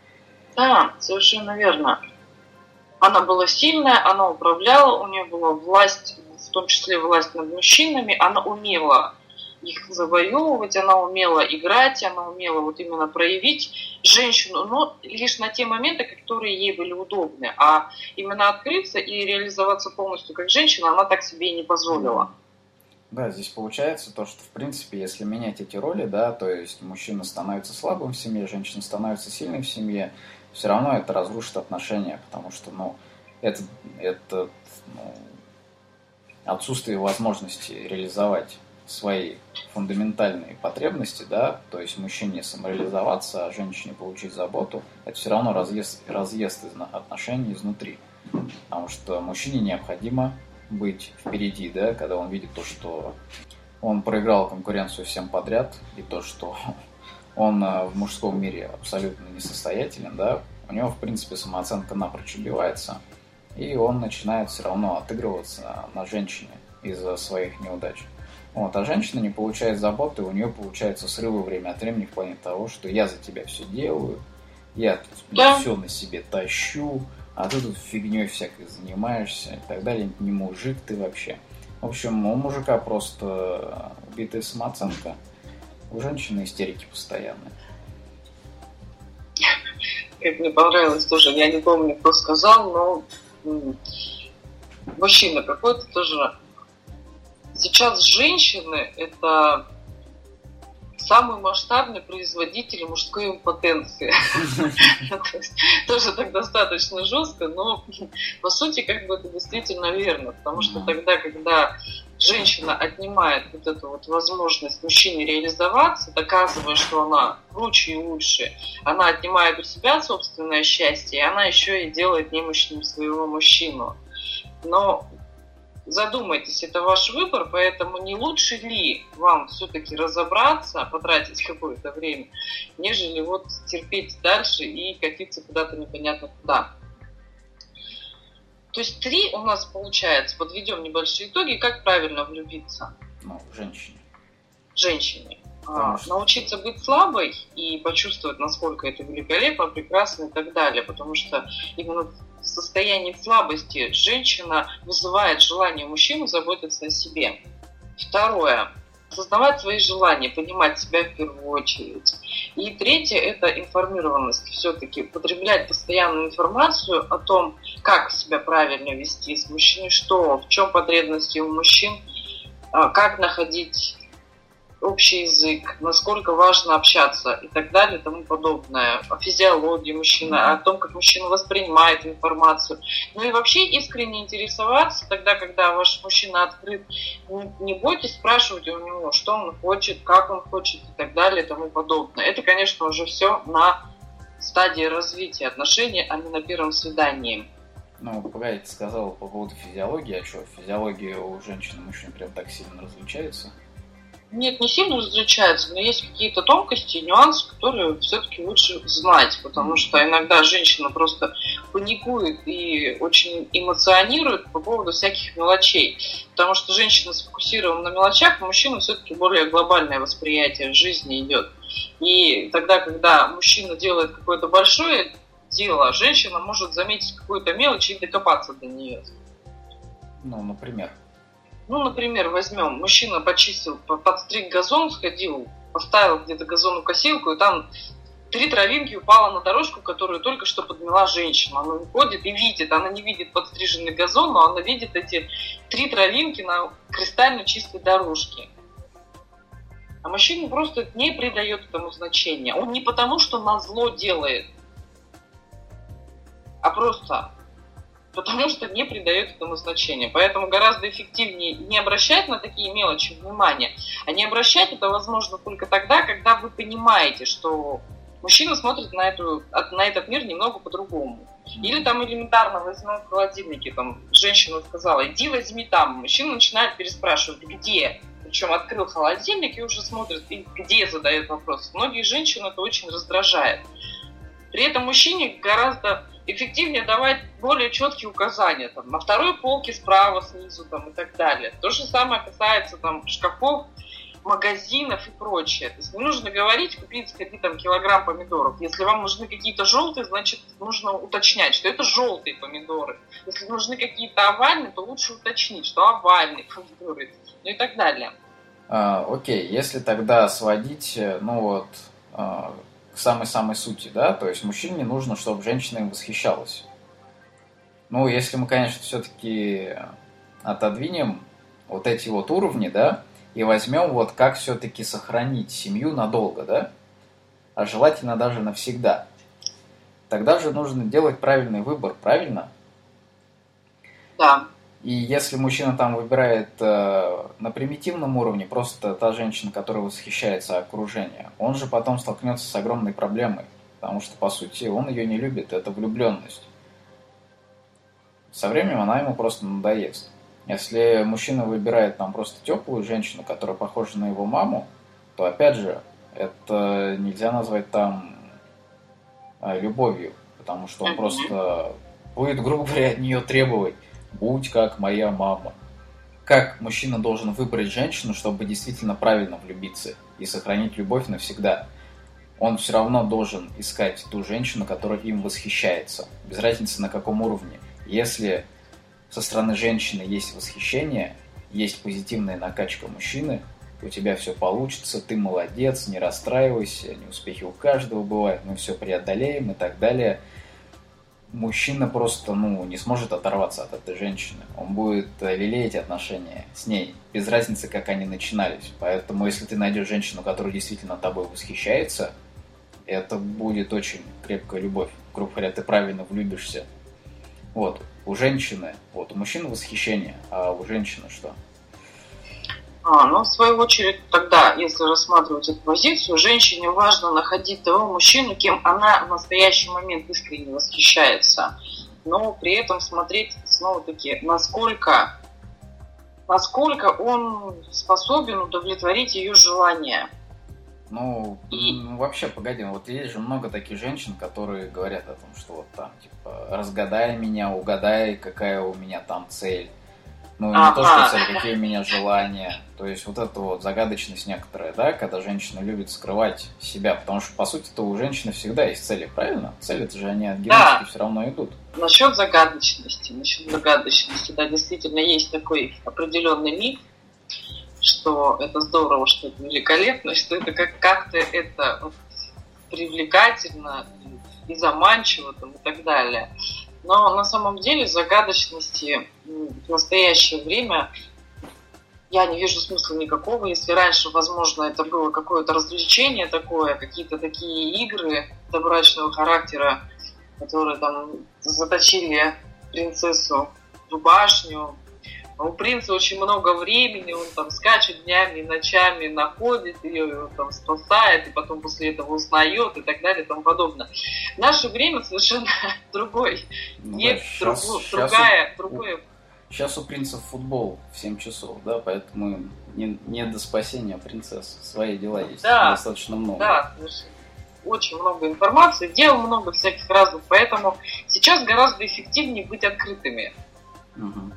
Да, совершенно верно. Она была сильная, она управляла, у нее была власть, в том числе власть над мужчинами, она умела их завоевывать, она умела играть, она умела вот именно проявить женщину, но лишь на те моменты, которые ей были удобны. А именно открыться и реализоваться полностью как женщина она так себе и не позволила. Да, здесь получается то, что в принципе, если менять эти роли, да, то есть мужчина становится слабым в семье, женщина становится сильной в семье, все равно это разрушит отношения, потому что, ну, это, это ну, отсутствие возможности реализовать свои фундаментальные потребности, да, то есть мужчине самореализоваться, а женщине получить заботу, это все равно разъезд, разъезд из отношений изнутри. Потому что мужчине необходимо быть впереди, да, когда он видит то, что он проиграл конкуренцию всем подряд, и то, что он в мужском мире абсолютно несостоятелен, да, у него, в принципе, самооценка напрочь убивается, и он начинает все равно отыгрываться на женщине из-за своих неудач. Вот, а женщина не получает заботы, у нее получаются срывы время от времени в плане того, что я за тебя все делаю, я тут да. все на себе тащу, а ты тут фигней всякой занимаешься и так далее, не мужик ты вообще. В общем, у мужика просто убитая самооценка, у женщины истерики постоянные. Как мне понравилось тоже, я не помню, кто сказал, но мужчина какой-то тоже. Сейчас женщины – это самый масштабный производитель мужской импотенции. Тоже так достаточно жестко, но по сути как бы это действительно верно, потому что тогда, когда женщина отнимает вот эту вот возможность мужчине реализоваться, доказывая, что она круче и лучше, она отнимает у себя собственное счастье, и она еще и делает немощным своего мужчину. Но задумайтесь, это ваш выбор, поэтому не лучше ли вам все-таки разобраться, потратить какое-то время, нежели вот терпеть дальше и катиться куда-то непонятно куда. То есть три у нас получается, подведем небольшие итоги, как правильно влюбиться. Ну, женщине. Женщине. А, научиться быть слабой и почувствовать, насколько это великолепно, прекрасно и так далее, потому что именно в состоянии слабости женщина вызывает желание мужчины заботиться о себе. Второе. Осознавать свои желания, понимать себя в первую очередь. И третье – это информированность. Все-таки потреблять постоянную информацию о том, как себя правильно вести с мужчиной, что, в чем потребности у мужчин, как находить общий язык, насколько важно общаться и так далее и тому подобное. О физиологии мужчины, о том, как мужчина воспринимает информацию. Ну и вообще искренне интересоваться тогда, когда ваш мужчина открыт. Не бойтесь спрашивать у него, что он хочет, как он хочет и так далее и тому подобное. Это, конечно, уже все на стадии развития отношений, а не на первом свидании. Ну, погоди, ты сказала по поводу физиологии, а что, физиология у женщин и мужчин прям так сильно различается? Нет, не сильно различаются, но есть какие-то тонкости и нюансы, которые все-таки лучше знать, потому что иногда женщина просто паникует и очень эмоционирует по поводу всяких мелочей, потому что женщина сфокусирована на мелочах, а мужчина все-таки более глобальное восприятие жизни идет. И тогда, когда мужчина делает какое-то большое дело, женщина может заметить какую-то мелочь и докопаться до нее. Ну, например. Ну, например, возьмем, мужчина почистил, подстриг газон, сходил, поставил где-то газонокосилку, и там три травинки упало на дорожку, которую только что подмела женщина. Она выходит и видит, она не видит подстриженный газон, но она видит эти три травинки на кристально чистой дорожке. А мужчина просто не придает этому значения. Он не потому, что назло делает, а просто потому, что не придает этому значения. Поэтому гораздо эффективнее не обращать на такие мелочи внимания, а не обращать это возможно только тогда, когда вы понимаете, что мужчина смотрит на, эту, на этот мир немного по-другому. Или там элементарно возьмем в холодильнике, там женщина сказала, иди возьми там. Мужчина начинает переспрашивать, где? Причем открыл холодильник и уже смотрит, где задает вопрос. Многие женщины это очень раздражает. При этом мужчине гораздо эффективнее давать более четкие указания. Там, на второй полке справа, снизу там, и так далее. То же самое касается там, шкафов, магазинов и прочее. То есть не нужно говорить, купить, сходи там килограмм помидоров. Если вам нужны какие-то желтые, значит нужно уточнять, что это желтые помидоры. Если нужны какие-то овальные, то лучше уточнить, что овальные помидоры. Ну и так далее. А, окей, если тогда сводить, ну вот, а, к самой-самой сути, да, то есть мужчине нужно, чтобы женщина им восхищалась. Ну, если мы, конечно, все-таки отодвинем вот эти вот уровни, да, и возьмем вот как все-таки сохранить семью надолго, да, а желательно даже навсегда, тогда же нужно делать правильный выбор, правильно? Да. И если мужчина там выбирает э, на примитивном уровне, просто та женщина, которая восхищается окружением, он же потом столкнется с огромной проблемой, потому что, по сути, он ее не любит, это влюбленность. Со временем она ему просто надоест. Если мужчина выбирает там просто теплую женщину, которая похожа на его маму, то, опять же, это нельзя назвать там э, любовью, потому что он просто будет, грубо говоря, от нее требовать: будь как моя мама. Как мужчина должен выбрать женщину, чтобы действительно правильно влюбиться и сохранить любовь навсегда? Он все равно должен искать ту женщину, которая им восхищается. Без разницы на каком уровне. Если со стороны женщины есть восхищение, есть позитивная накачка мужчины, у тебя все получится, ты молодец, не расстраивайся, неуспехи у каждого бывают, мы все преодолеем и так далее. Мужчина просто, ну, не сможет оторваться от этой женщины. Он будет лелеять отношения с ней, без разницы, как они начинались. Поэтому, если ты найдешь женщину, которая действительно тобой восхищается, это будет очень крепкая любовь. Грубо говоря, ты правильно влюбишься. Вот, у женщины, вот, у мужчины восхищение, а у женщины что? А, ну, в свою очередь, тогда, если рассматривать эту позицию, женщине важно находить того мужчину, кем она в настоящий момент искренне восхищается. Но при этом смотреть, снова-таки, насколько, насколько он способен удовлетворить ее желания. Ну, и... ну, вообще, погоди, вот есть же много таких женщин, которые говорят о том, что вот там, типа, разгадай меня, угадай, какая у меня там цель. Ну, ага. Не то, что цель, какие у меня желания. То есть вот эта вот загадочность некоторая, да, когда женщина любит скрывать себя, потому что, по сути-то, у женщины всегда есть цели, правильно? Цели, это же они от генетики да. Все равно идут. Насчет загадочности, насчет загадочности, да, действительно есть такой определенный миф, что это здорово, что это великолепно, что это как- как-то это вот, привлекательно и заманчиво там, и так далее. Но на самом деле загадочности в настоящее время я не вижу смысла никакого. Если раньше, возможно, это было какое-то развлечение такое, какие-то такие игры добрачного характера, которые там заточили принцессу в башню. У принца очень много времени, он там скачет днями и ночами, находит ее, ее там спасает, и потом после этого узнает и так далее и тому подобное. В наше время совершенно другой. Ну, Нет, да, сейчас, друг, сейчас другая, у, другое. Сейчас у принцев футбол в семь часов, да, поэтому не, не до спасения принцесс. Свои дела есть да, достаточно много. Да, очень много информации, дел много всяких разных, поэтому сейчас гораздо эффективнее быть открытыми. Угу.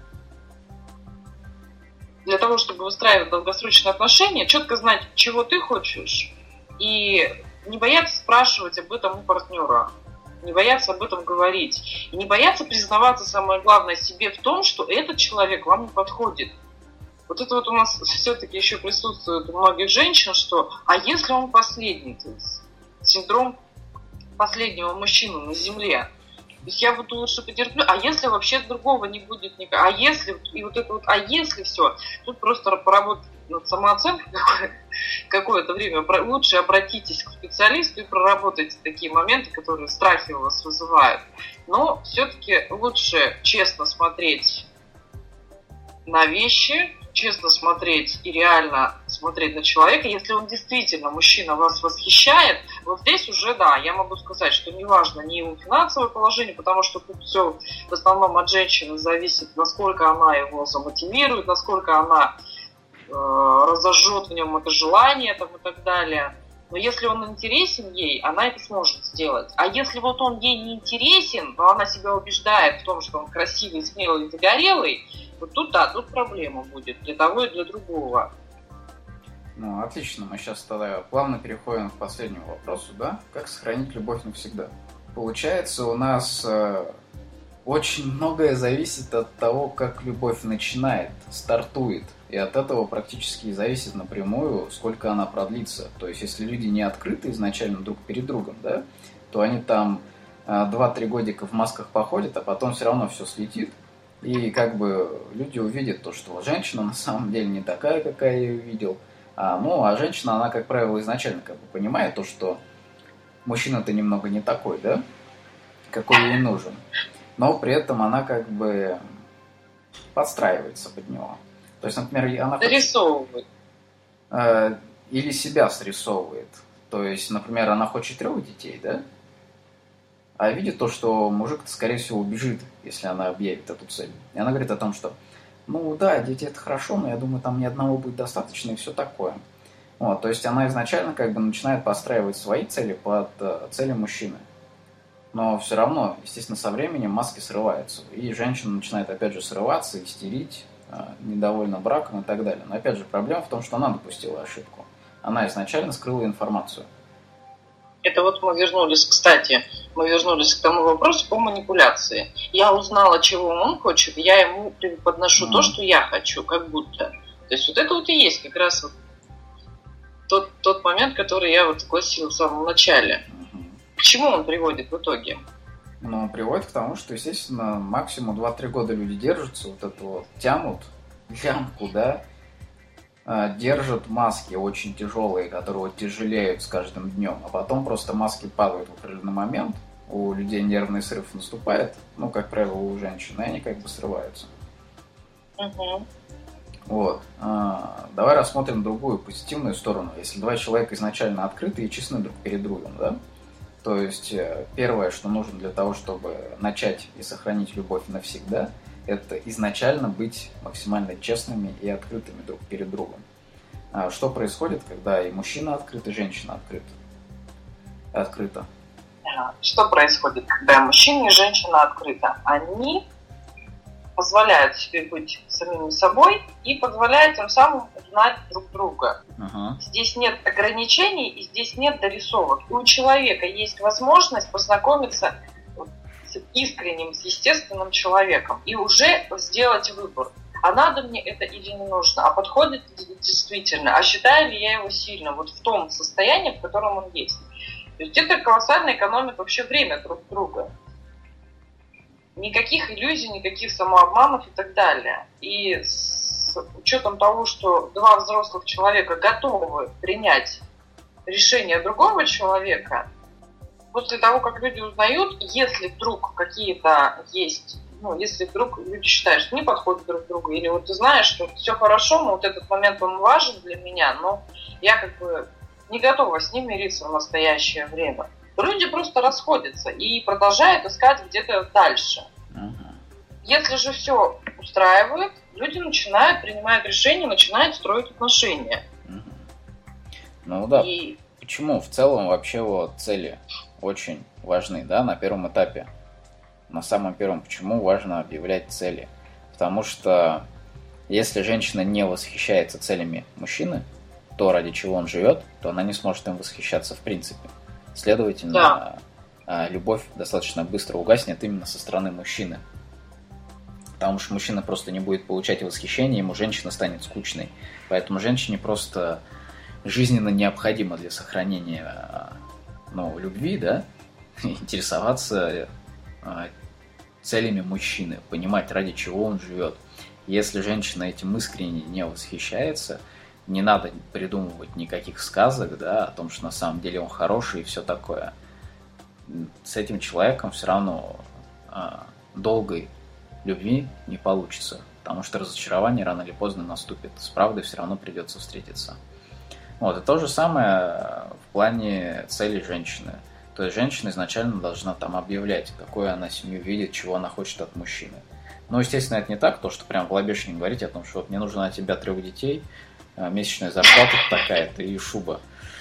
Для того, чтобы выстраивать долгосрочные отношения, четко знать, чего ты хочешь, и не бояться спрашивать об этом у партнера. не бояться об этом говорить. И не бояться признаваться, самое главное, себе в том, что этот человек вам не подходит. Вот это вот у нас все-таки еще присутствует у многих женщин, что а если он последний, то есть синдром последнего мужчины на земле, то есть я буду лучше потерплю, а если вообще другого не будет никак, а если, и вот это вот, а если все, тут просто поработать над самооценкой какое-то время, лучше обратитесь к специалисту и проработайте такие моменты, которые страхи у вас вызывают. Но все-таки лучше честно смотреть на вещи, честно смотреть и реально смотреть на человека. Если он действительно, мужчина, вас восхищает, вот здесь уже, да, я могу сказать, что неважно ни его финансовое положение, потому что тут все в основном от женщины зависит, насколько она его замотивирует, насколько она э, разожжет в нем это желание там, и так далее. Но если он интересен ей, она это сможет сделать. А если вот он ей не интересен, но она себя убеждает в том, что он красивый, смелый, загорелый, вот тут, да, тут проблема будет для того и для другого. Ну, отлично. Мы сейчас тогда плавно переходим к последнему вопросу, да? Как сохранить любовь навсегда? Получается, у нас э, очень многое зависит от того, как любовь начинает, стартует. И от этого практически зависит напрямую, сколько она продлится. То есть, если люди не открыты изначально друг перед другом, да, то они там э, два-три годика в масках походят, а потом все равно все слетит. И как бы люди увидят то, что женщина на самом деле не такая, какая я ее видел. А, ну, а женщина, она, как правило, изначально как бы понимает то, что мужчина-то немного не такой, да, какой ей нужен. Но при этом она как бы подстраивается под него. То есть, например, она... Дорисовывает. Э, или себя срисовывает. То есть, например, она хочет трех детей, да? А видит то, что мужик-то, скорее всего, убежит, если она объявит эту цель. И она говорит о том, что, ну да, дети это хорошо, но я думаю, там ни одного будет достаточно и все такое. Вот, то есть она изначально как бы начинает подстраивать свои цели под э, цели мужчины. Но все равно, естественно, со временем маски срываются. И женщина начинает опять же срываться, истерить, э, недовольна браком и так далее. Но опять же, проблема в том, что она допустила ошибку. Она изначально скрыла информацию. Это вот мы вернулись, кстати, мы вернулись к тому вопросу по манипуляции. Я узнала, чего он хочет, я ему подношу mm. то, что я хочу, как будто. То есть вот это вот и есть как раз вот тот, тот момент, который я вот огласила в самом начале. Mm-hmm. К чему он приводит в итоге? Ну, приводит к тому, что, естественно, максимум два-три года люди держатся, вот это вот тянут лямку, да, держат маски очень тяжелые, которые тяжелеют с каждым днем, а потом просто маски падают в определенный момент, у людей нервный срыв наступает, ну, как правило, у женщин, и они как бы срываются. Uh-huh. Вот. А, давай рассмотрим другую позитивную сторону. Если два человека изначально открыты и честны друг перед другом, да, то есть первое, что нужно для того, чтобы начать и сохранить любовь навсегда, это изначально быть максимально честными и открытыми друг перед другом. А что происходит, когда и мужчина открыт, и женщина открыт? открыта? Что происходит, когда мужчина и женщина открыты? Они позволяют себе быть самими собой и позволяют тем самым узнать друг друга. Uh-huh. Здесь нет ограничений и здесь нет дорисовок. И у человека есть возможность познакомиться с искренним, с естественным человеком и уже сделать выбор. А надо мне это или не нужно? А подходит ли действительно? А считаю ли я его сильно? Вот в том состоянии, в котором он есть. То есть это колоссально экономит вообще время друг друга. Никаких иллюзий, никаких самообманов и так далее. И с учетом того, что два взрослых человека готовы принять решение другого человека, после того, как люди узнают, если вдруг какие-то есть, ну, если вдруг люди считают, что не подходят друг к другу, или вот ты знаешь, что все хорошо, но вот этот момент, он важен для меня, но я как бы не готова с ним мириться в настоящее время. Люди просто расходятся и продолжают искать где-то дальше. Uh-huh. Если же все устраивает, люди начинают принимать решения, начинают строить отношения. Uh-huh. Ну да. И... Почему в целом вообще вот цели очень важны, да, на первом этапе? На самом первом, почему важно объявлять цели? Потому что если женщина не восхищается целями мужчины, то ради чего он живет, то она не сможет им восхищаться в принципе. Следовательно, да. а любовь достаточно быстро угаснет именно со стороны мужчины. Потому что мужчина просто не будет получать восхищения, ему женщина станет скучной. Поэтому женщине просто жизненно необходимо для сохранения, ну, любви, да, интересоваться целями мужчины, понимать, ради чего он живет. Если женщина этим искренне не восхищается, не надо придумывать никаких сказок, да, о том, что на самом деле он хороший и все такое. С этим человеком все равно а, долгой любви не получится, потому что разочарование рано или поздно наступит. С правдой все равно придется встретиться. Вот, и то же самое в плане целей женщины. То есть женщина изначально должна там объявлять, какую она семью видит, чего она хочет от мужчины. Но, естественно, это не так, то, что прям в лобешнике говорить о том, что вот мне нужно от тебя трех детей, месячная зарплата такая-то и шуба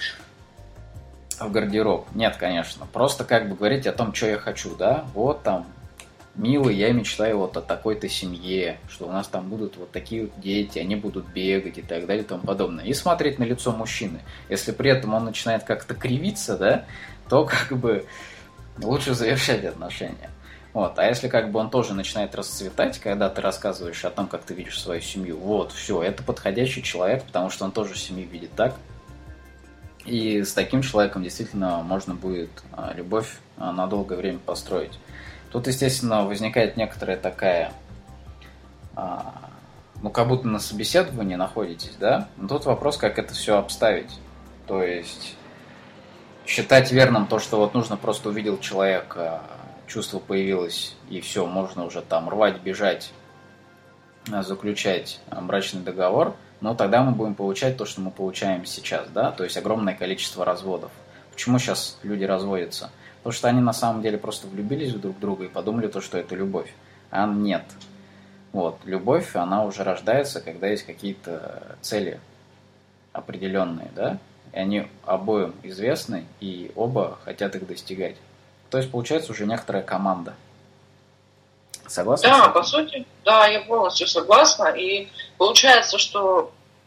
в гардероб. Нет, конечно. Просто как бы говорить о том, что я хочу, да? Вот там, милый, я мечтаю вот о такой-то семье, что у нас там будут вот такие вот дети, они будут бегать и так далее и тому подобное. И смотреть на лицо мужчины. Если при этом он начинает как-то кривиться, да, то как бы лучше завершать отношения. Вот. А если как бы он тоже начинает расцветать, когда ты рассказываешь о том, как ты видишь свою семью, вот, все, это подходящий человек, потому что он тоже семью видит так. И с таким человеком действительно можно будет любовь на долгое время построить. Тут, естественно, возникает некоторая такая, ну, как будто на собеседовании находитесь, да? Но тут вопрос, как это все обставить. То есть считать верным то, что вот нужно просто увидел человека, чувство появилось, и все, можно уже там рвать, бежать, заключать брачный договор, но тогда мы будем получать то, что мы получаем сейчас, да, то есть огромное количество разводов. Почему сейчас люди разводятся? Потому что они на самом деле просто влюбились в друг друга и подумали то, что это любовь. А нет. Вот, любовь, она уже рождается, когда есть какие-то цели определенные, да, и они обоим известны, и оба хотят их достигать. То есть, получается, уже некоторая команда. Согласна? Да, по сути, да, я полностью согласна. И получается, что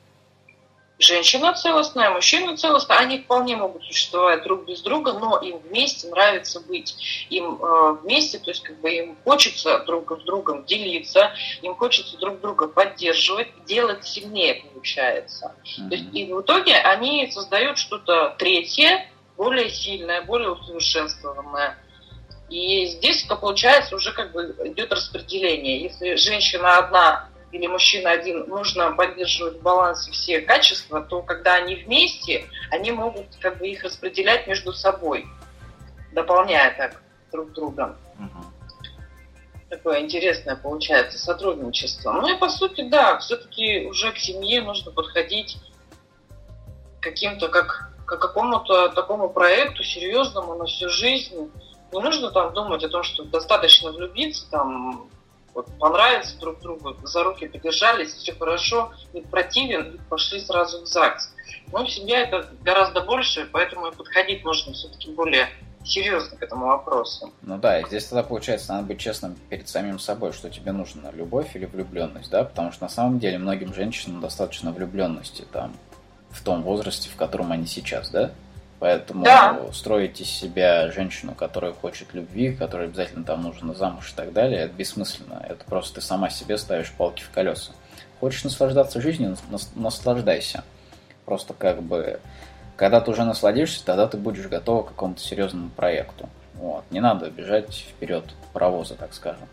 женщина целостная, мужчина целостный, они вполне могут существовать друг без друга, но им вместе нравится быть. Им э, вместе, то есть как бы им хочется друг с другом делиться, им хочется друг друга поддерживать, делать сильнее получается. Mm-hmm. То есть, и в итоге они создают что-то третье, более сильное, более усовершенствованное. И здесь, получается, уже как бы идет распределение. Если женщина одна или мужчина один, нужно поддерживать в балансе все качества, то когда они вместе, они могут как бы их распределять между собой, дополняя так друг друга. Угу. Такое интересное получается сотрудничество. Ну и по сути, да, все-таки уже к семье нужно подходить каким-то как к какому-то такому проекту серьезному на всю жизнь. Не нужно там думать о том, что достаточно влюбиться, там, вот, понравиться друг другу, за руки подержались, все хорошо, не противен, и пошли сразу в ЗАГС. Но в семье это гораздо больше, поэтому и подходить нужно все-таки более серьезно к этому вопросу. Ну да, и здесь тогда получается, надо быть честным перед самим собой, что тебе нужно, любовь или влюбленность, да, потому что на самом деле многим женщинам достаточно влюбленности там, в том возрасте, в котором они сейчас, да? Поэтому да. Строить из себя женщину, которая хочет любви, которая обязательно там нужно замуж и так далее, это бессмысленно. Это просто ты сама себе ставишь палки в колеса. Хочешь наслаждаться жизнью, наслаждайся. Просто как бы, когда ты уже насладишься, тогда ты будешь готова к какому-то серьезному проекту. Вот. Не надо бежать вперед паровоза, так скажем.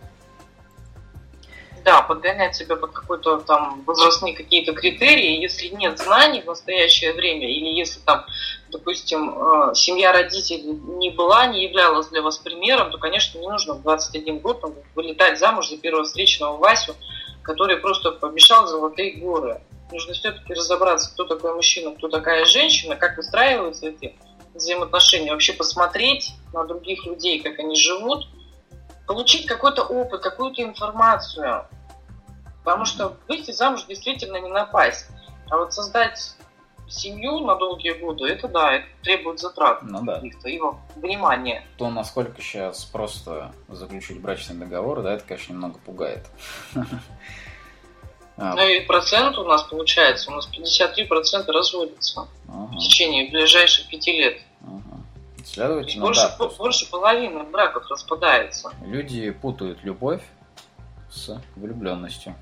Да, подгонять себя под какой-то там возрастные какие-то критерии, если нет знаний в настоящее время, или если там, допустим, семья родителей не была, не являлась для вас примером, то, конечно, не нужно в двадцать один год там, вылетать замуж за первого встречного Васю, который просто пообещал золотые горы. Нужно все-таки разобраться, кто такой мужчина, кто такая женщина, как выстраиваются эти взаимоотношения, вообще посмотреть на других людей, как они живут, получить какой-то опыт, какую-то информацию. Потому что выйти замуж действительно не напасть. А вот создать семью на долгие годы, это да, это требует затрат ну, да. каких-то, его внимания. То, насколько сейчас просто заключить брачный договор, да, это, конечно, немного пугает. Ну и процент у нас получается, у нас пятьдесят три процента разводятся в течение ближайших пяти лет. Следовательно, больше, да. больше половины браков распадается. Люди путают любовь с влюбленностью.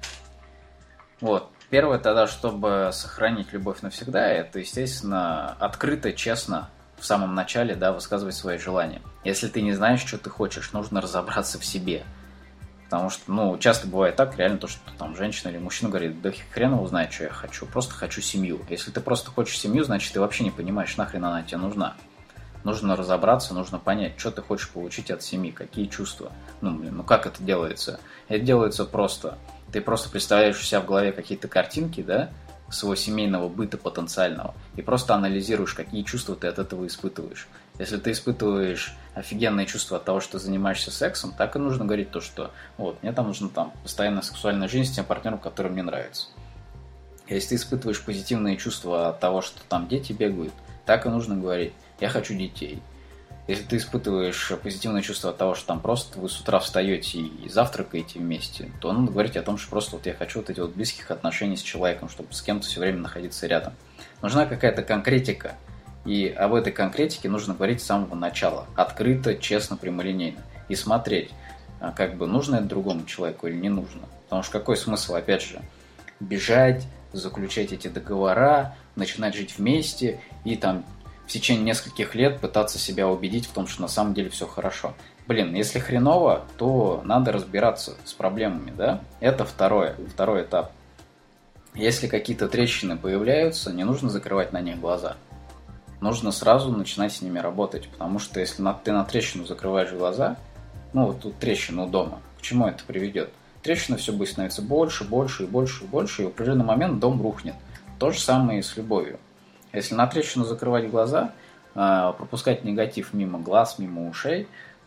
Вот. Первое тогда, чтобы сохранить любовь навсегда, это, естественно, открыто, честно в самом начале, да, высказывать свои желания. Если ты не знаешь, что ты хочешь, нужно разобраться в себе. Потому что, ну, часто бывает так, реально, то, что там женщина или мужчина говорит, да хрен его знает, что я хочу, просто хочу семью. Если ты просто хочешь семью, значит, ты вообще не понимаешь, нахрен она тебе нужна. Нужно разобраться, нужно понять, что ты хочешь получить от семьи, какие чувства. Ну, блин, ну как это делается? Это делается просто. Ты просто представляешь у себя в голове какие-то картинки, да, своего семейного быта потенциального, и просто анализируешь, какие чувства ты от этого испытываешь. Если ты испытываешь офигенные чувства от того, что занимаешься сексом, так и нужно говорить то, что вот, мне там нужна там постоянная сексуальная жизнь с тем партнером, который мне нравится. Если ты испытываешь позитивные чувства от того, что там дети бегают, так и нужно говорить, я хочу детей. Если ты испытываешь позитивные чувства от того, что там просто вы с утра встаете и завтракаете вместе, то надо говорить о том, что просто вот я хочу вот эти вот близких отношений с человеком, чтобы с кем-то все время находиться рядом. Нужна какая-то конкретика, и об этой конкретике нужно говорить с самого начала, открыто, честно, прямолинейно, и смотреть, как бы нужно это другому человеку или не нужно. Потому что какой смысл, опять же, бежать, заключать эти договора, начинать жить вместе и там в течение нескольких лет пытаться себя убедить в том, что на самом деле все хорошо. Блин, если хреново, то надо разбираться с проблемами, да? Это второе, второй этап. Если какие-то трещины появляются, не нужно закрывать на них глаза. Нужно сразу начинать с ними работать, потому что если ты на трещину закрываешь глаза, ну вот тут трещина у дома, к чему это приведет? Трещина все будет становиться больше, больше и больше и больше, и в определенный момент дом рухнет. То же самое и с любовью. Если на трещину закрывать глаза, пропускать негатив мимо глаз, мимо ушей,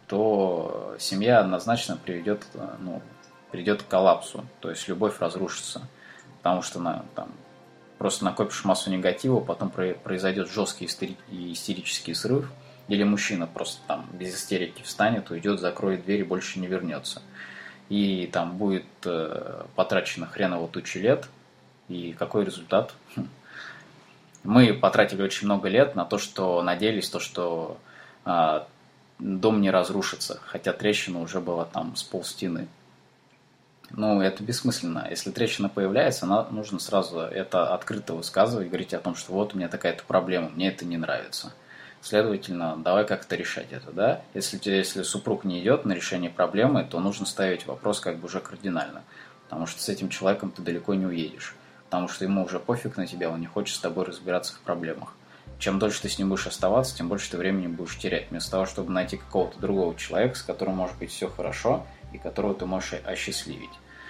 то семья однозначно приведет, ну, придет к коллапсу, то есть любовь разрушится, потому что на, там, просто накопишь массу негатива, потом произойдет жесткий истерический срыв, или мужчина просто там без истерики встанет, уйдет, закроет дверь и больше не вернется. И там будет потрачено хреново тучи лет, и какой результат? Мы потратили очень много лет на то, что надеялись, то, что э, дом не разрушится, хотя трещина уже была там с полстены. Ну, это бессмысленно. Если трещина появляется, она, нужно сразу это открыто высказывать, говорить о том, что вот у меня такая-то проблема, мне это не нравится. Следовательно, давай как-то решать это, да? Если, если супруг не идет на решение проблемы, то нужно ставить вопрос как бы уже кардинально, потому что с этим человеком ты далеко не уедешь. Потому что ему уже пофиг на тебя, он не хочет с тобой разбираться в проблемах. Чем дольше ты с ним будешь оставаться, тем больше ты времени будешь терять. Вместо того, чтобы найти какого-то другого человека, с которым может быть все хорошо, и которого ты можешь осчастливить.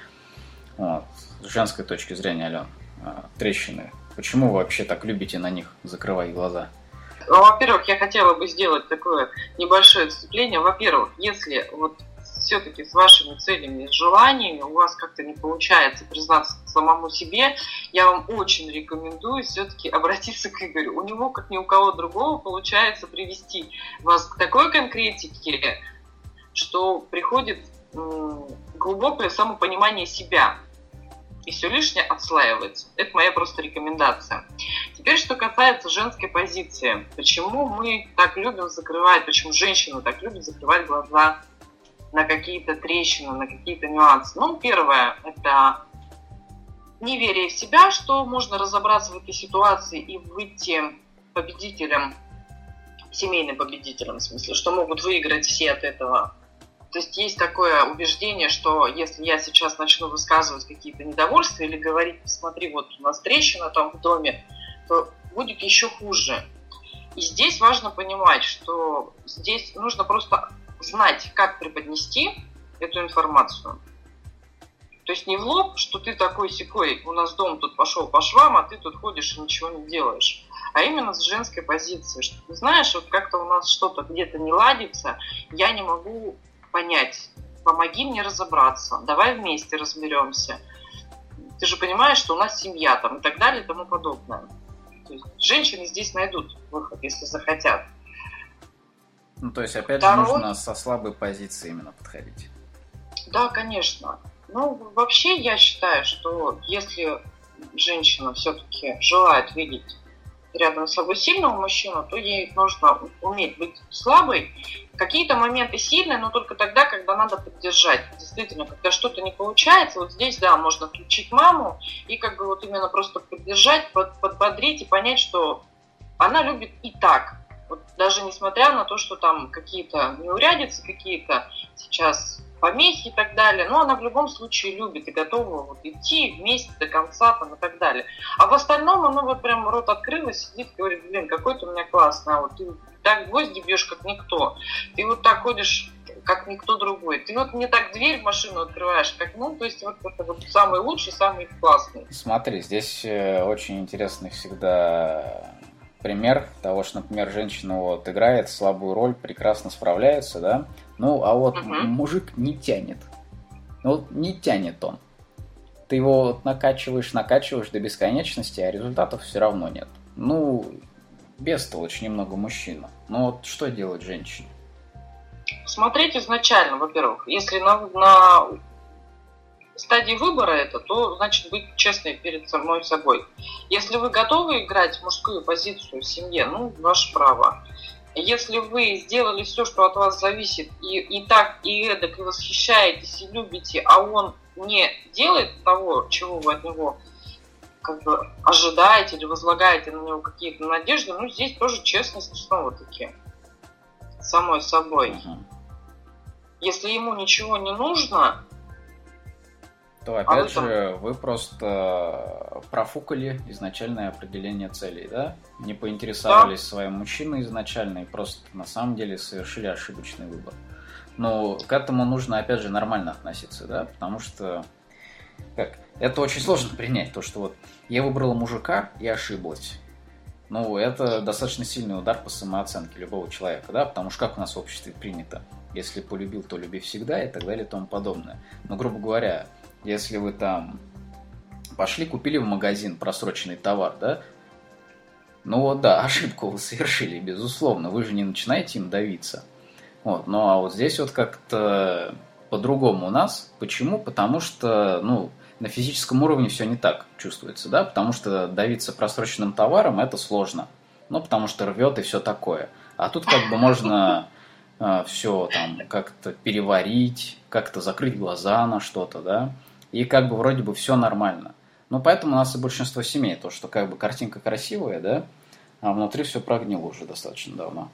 Вот. С женской точки зрения, Ален, трещины. Почему вы вообще так любите на них закрывать глаза? Ну, во-первых, я хотела бы сделать такое небольшое отступление. Во-первых, если вот все-таки с вашими целями и желаниями у вас как-то не получается признаться самому себе, я вам очень рекомендую все-таки обратиться к Игорю. У него, как ни у кого другого, получается привести вас к такой конкретике, что приходит м- глубокое самопонимание себя. И все лишнее отслаивается. Это моя просто рекомендация. Теперь, что касается женской позиции. Почему мы так любим закрывать, почему женщины так любят закрывать глаза на какие-то трещины, на какие-то нюансы. Ну, первое, это неверие в себя, что можно разобраться в этой ситуации и выйти победителем, семейным победителем, в смысле, что могут выиграть все от этого. То есть есть такое убеждение, что если я сейчас начну высказывать какие-то недовольства или говорить, смотри, вот у нас трещина там в доме, то будет еще хуже. И здесь важно понимать, что здесь нужно просто знать, как преподнести эту информацию. То есть не в лоб, что ты такой-сякой, у нас дом тут пошел по швам, а ты тут ходишь и ничего не делаешь. А именно с женской позиции, что ты знаешь, вот как-то у нас что-то где-то не ладится, я не могу понять, помоги мне разобраться, давай вместе разберемся. Ты же понимаешь, что у нас семья там и так далее и тому подобное. То есть женщины здесь найдут выход, если захотят. Ну, то есть, опять Второй... же, нужно со слабой позиции именно подходить. Да, конечно. Ну, вообще, я считаю, что если женщина все-таки желает видеть рядом с собой сильного мужчину, то ей нужно уметь быть слабой. Какие-то моменты сильные, но только тогда, когда надо поддержать. Действительно, когда что-то не получается, вот здесь, да, можно включить маму и как бы вот именно просто поддержать, под, подбодрить и понять, что она любит и так. Вот даже несмотря на то, что там какие-то неурядицы, какие-то сейчас помехи и так далее, но она в любом случае любит и готова вот идти вместе до конца там, и так далее. А в остальном она вот прям рот открыла, сидит и говорит, блин, какой ты у меня классный, а вот ты так гвозди бьешь, как никто, ты вот так ходишь, как никто другой, ты вот не так дверь в машину открываешь, как, ну, то есть вот это вот самый лучший, самый классный. Смотри, здесь очень интересный всегда пример того, что, например, женщина вот играет слабую роль, прекрасно справляется, да, ну, а вот uh-huh. мужик не тянет. Ну, вот не тянет он. Ты его вот накачиваешь, накачиваешь до бесконечности, а результатов все равно нет. Ну, бестолочь немного мужчина. Ну, вот что делать женщине? Смотреть изначально, во-первых, если на, на стадии выбора это, то, значит, быть честной перед самой собой. Если вы готовы играть в мужскую позицию в семье, ну, ваше право. Если вы сделали все, что от вас зависит, и, и так, и эдак, и восхищаетесь, и любите, а он не делает того, чего вы от него как бы ожидаете или возлагаете на него какие-то надежды, ну, здесь тоже честность снова-таки самой собой. Uh-huh. Если ему ничего не нужно, то опять а вы, же, там... вы просто профукали изначальное определение целей, да? Не поинтересовались да. своим мужчиной изначально и просто на самом деле совершили ошибочный выбор. Но к этому нужно, опять же, нормально относиться, да? Потому что как? Это очень сложно принять, то, что вот я выбрала мужика и ошиблась. Ну, это достаточно сильный удар по самооценке любого человека, да? Потому что как у нас в обществе принято? Если полюбил, то люби всегда и так далее и тому подобное. Но, грубо говоря, если вы там пошли, купили в магазин просроченный товар, да, ну вот да, ошибку вы совершили, безусловно, вы же не начинаете им давиться. Вот, ну а вот здесь вот как-то по-другому у нас. Почему? Потому что, ну, на физическом уровне все не так чувствуется, да, потому что давиться просроченным товаром это сложно, ну, потому что рвет и все такое. А тут как бы можно э, все там как-то переварить, как-то закрыть глаза на что-то, да, и как бы вроде бы все нормально. Ну, поэтому у нас и большинство семей, то, что как бы картинка красивая, да, а внутри все прогнило уже достаточно давно.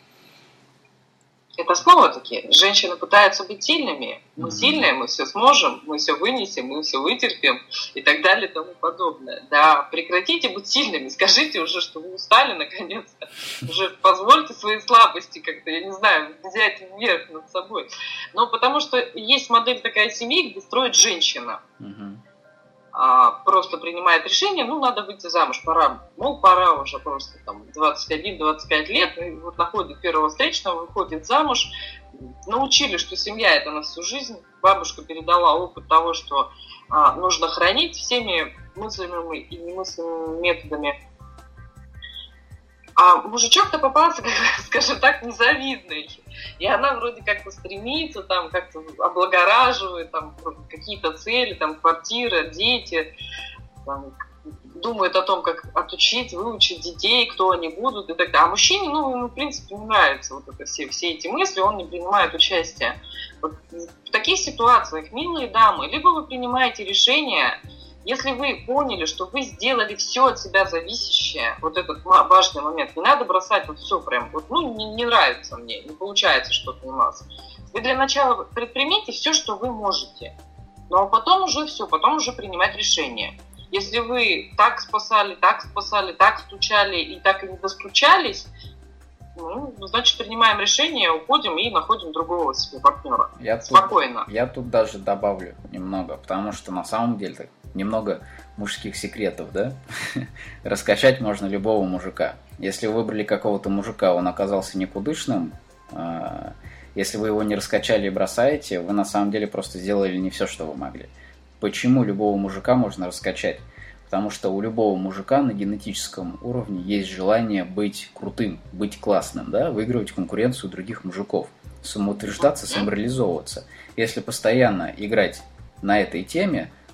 Это снова-таки, женщины пытаются быть сильными. Мы mm-hmm. сильные, мы все сможем, мы все вынесем, мы все вытерпим и так далее и тому подобное. Да, прекратите быть сильными, скажите уже, что вы устали наконец-то. Уже позвольте свои слабости как-то, я не знаю, взять вверх над собой. Но потому что есть модель такая семьи, где строит женщина. Mm-hmm. А, просто принимает решение, ну, надо выйти замуж, пора, ну, пора уже просто там двадцать один - двадцать пять лет, и вот находит первого встречного, выходит замуж, научили, что семья это на всю жизнь, бабушка передала опыт того, что а, нужно хранить всеми мыслимыми и немыслимыми методами. А мужичок-то попался, скажем так, незавидный. И она вроде как-то стремится, там, как-то облагораживает, там, какие-то цели, там, квартира, дети, там, думает о том, как отучить, выучить детей, кто они будут и так далее. А мужчине, ну, ему, в принципе, не нравятся вот это все, все эти мысли, он не принимает участия. Вот в таких ситуациях, милые дамы, либо вы принимаете решение. Если вы поняли, что вы сделали все от себя зависящее, вот этот важный момент, не надо бросать вот все прям, вот, ну, не, не нравится мне, не получается что-то у нас. Вы для начала предпримите все, что вы можете, ну а потом уже все, потом уже принимать решение. Если вы так спасали, так спасали, так стучали и так и не достучались, ну, значит, принимаем решение, уходим и находим другого себе партнера. Я Спокойно. Тут, я тут даже добавлю немного, потому что на самом деле так, немного мужских секретов, да? Раскачать можно любого мужика. Если вы выбрали какого-то мужика, он оказался никудышным, если вы его не раскачали и бросаете, вы на самом деле просто сделали не все, что вы могли. Почему любого мужика можно раскачать? Потому что у любого мужика на генетическом уровне есть желание быть крутым, быть классным, да? Выигрывать конкуренцию других мужиков, самоутверждаться, самореализовываться. Если постоянно играть на этой теме,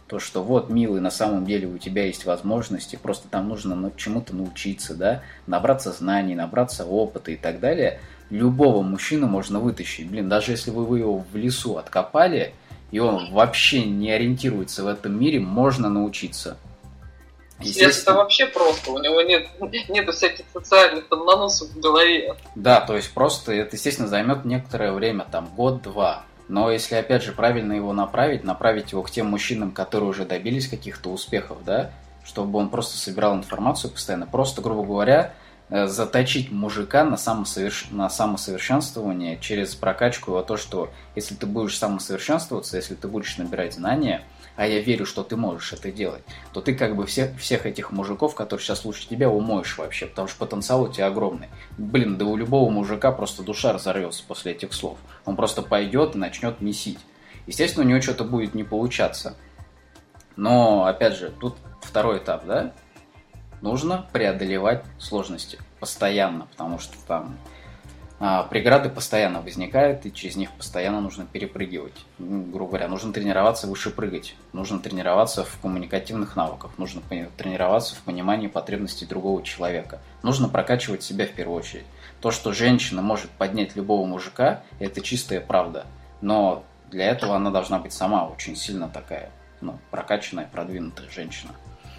То, что вот, милый, на самом деле у тебя есть возможности, просто там нужно чему-то научиться, да, набраться знаний, набраться опыта и так далее. Любого мужчину можно вытащить. Блин, даже если вы его в лесу откопали, и он вообще не ориентируется в этом мире, можно научиться. Лес это вообще просто, у него нет нету всяких социальных там наносов в голове. Да, то есть просто это, естественно, займет некоторое время, там год-два. Но если, опять же, правильно его направить, направить его к тем мужчинам, которые уже добились каких-то успехов, да, чтобы он просто собирал информацию постоянно, просто, грубо говоря, заточить мужика на, самосоверш... на самосовершенствование через прокачку его, то, что если ты будешь самосовершенствоваться, если ты будешь набирать знания, а я верю, что ты можешь это делать, то ты как бы всех, всех этих мужиков, которые сейчас лучше тебя, умоешь вообще, потому что потенциал у тебя огромный. Блин, да у любого мужика просто душа разорвется после этих слов. Он просто пойдет и начнет месить. Естественно, у него что-то будет не получаться. Но, опять же, тут второй этап, да? Нужно преодолевать сложности постоянно, потому что там а, преграды постоянно возникают, и через них постоянно нужно перепрыгивать. Ну, грубо говоря, нужно тренироваться выше прыгать, нужно тренироваться в коммуникативных навыках, нужно тренироваться в понимании потребностей другого человека, нужно прокачивать себя в первую очередь. То, что женщина может поднять любого мужика, это чистая правда, но для этого она должна быть сама очень сильно такая, ну, прокачанная, продвинутая женщина.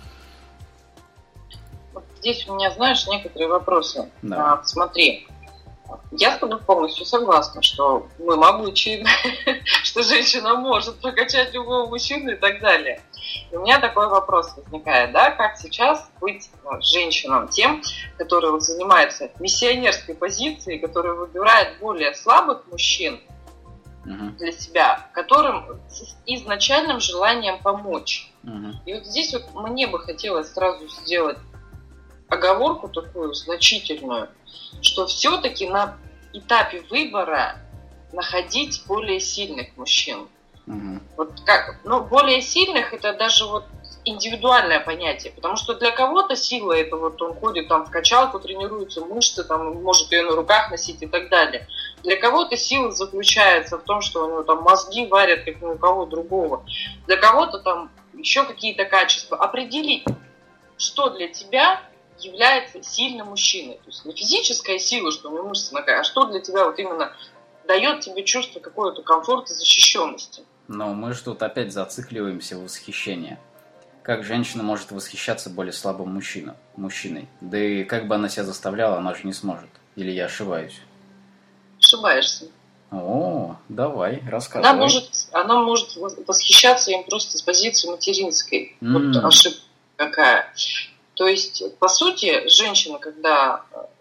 Здесь у меня, знаешь, некоторые вопросы. Да. А, смотри, я с тобой полностью согласна, что мы могучие, что женщина может прокачать любого мужчину и так далее. И у меня такой вопрос возникает, да, как сейчас быть женщинам тем, которые вот занимаются миссионерской позицией, которые выбирают более слабых мужчин uh-huh. для себя, которым с изначальным желанием помочь. Uh-huh. И вот здесь вот мне бы хотелось сразу сделать оговорку такую значительную, что все-таки на этапе выбора находить более сильных мужчин. Угу. Вот как, ну, более сильных это даже вот индивидуальное понятие, потому что для кого-то сила это вот он ходит там в качалку, тренируются мышцы, там может ее на руках носить и так далее. Для кого-то сила заключается в том, что у него там мозги варят, как ни у кого другого. Для кого-то там еще какие-то качества. Определить, что для тебя является сильным мужчиной. То есть не физическая сила, что у него мышцы нога, а что для тебя вот именно дает тебе чувство какого-то комфорта, защищенности. Но мы же тут опять зацикливаемся в восхищении. Как женщина может восхищаться более слабым мужчиной? мужчиной? Да и как бы она себя заставляла, она же не сможет. Или я ошибаюсь? Ошибаешься. О, давай, рассказывай. Она может, она может восхищаться им просто с позиции материнской. Mm. Вот ошибка какая. То есть, по сути, женщина, когда,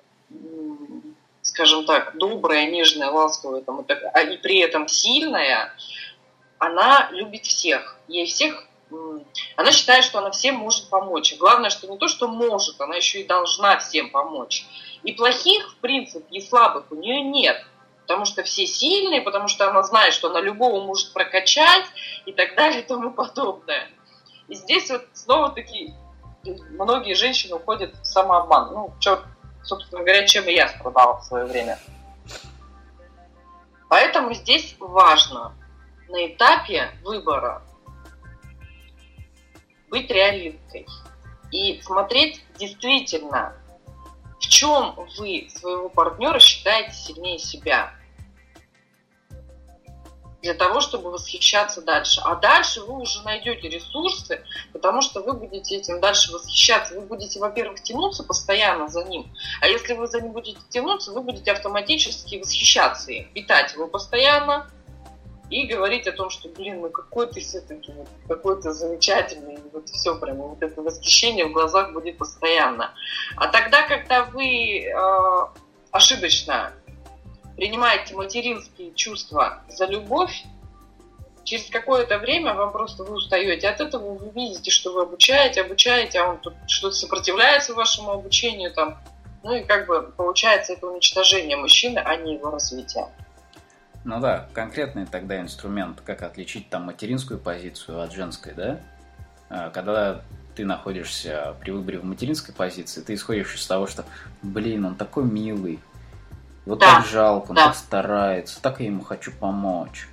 скажем так, добрая, нежная, ласковая, там, и, так, а и при этом сильная, она любит всех. Ей всех, она считает, что она всем может помочь. И главное, что не то, что может, она еще и должна всем помочь. И плохих, в принципе, и слабых у нее нет. Потому что все сильные, потому что она знает, что она любого может прокачать и так далее и тому подобное. И здесь вот снова-таки многие женщины уходят в самообман. Ну, чё, собственно говоря, чем и я страдала в свое время. Поэтому здесь важно на этапе выбора быть реалисткой и смотреть действительно, в чем вы своего партнера считаете сильнее себя, для того, чтобы восхищаться дальше. А дальше вы уже найдете ресурсы, потому что вы будете этим дальше восхищаться. Вы будете, во-первых, тянуться постоянно за ним, а если вы за ним будете тянуться, вы будете автоматически восхищаться им, питать его постоянно и говорить о том, что, блин, ну какой ты все-таки, какой ты замечательный, вот все прям, вот это восхищение в глазах будет постоянно. А тогда, когда вы э, ошибочно принимаете материнские чувства за любовь, через какое-то время вам просто вы устаете от этого, вы видите, что вы обучаете, обучаете, а он тут что-то сопротивляется вашему обучению, там, ну и как бы получается это уничтожение мужчины, а не его развитие. Ну да, конкретный тогда инструмент, как отличить там материнскую позицию от женской, да? Когда ты находишься при выборе в материнской позиции, ты исходишь из того, что, блин, он такой милый, вот да, так жалко, он да. так старается, так я ему хочу помочь.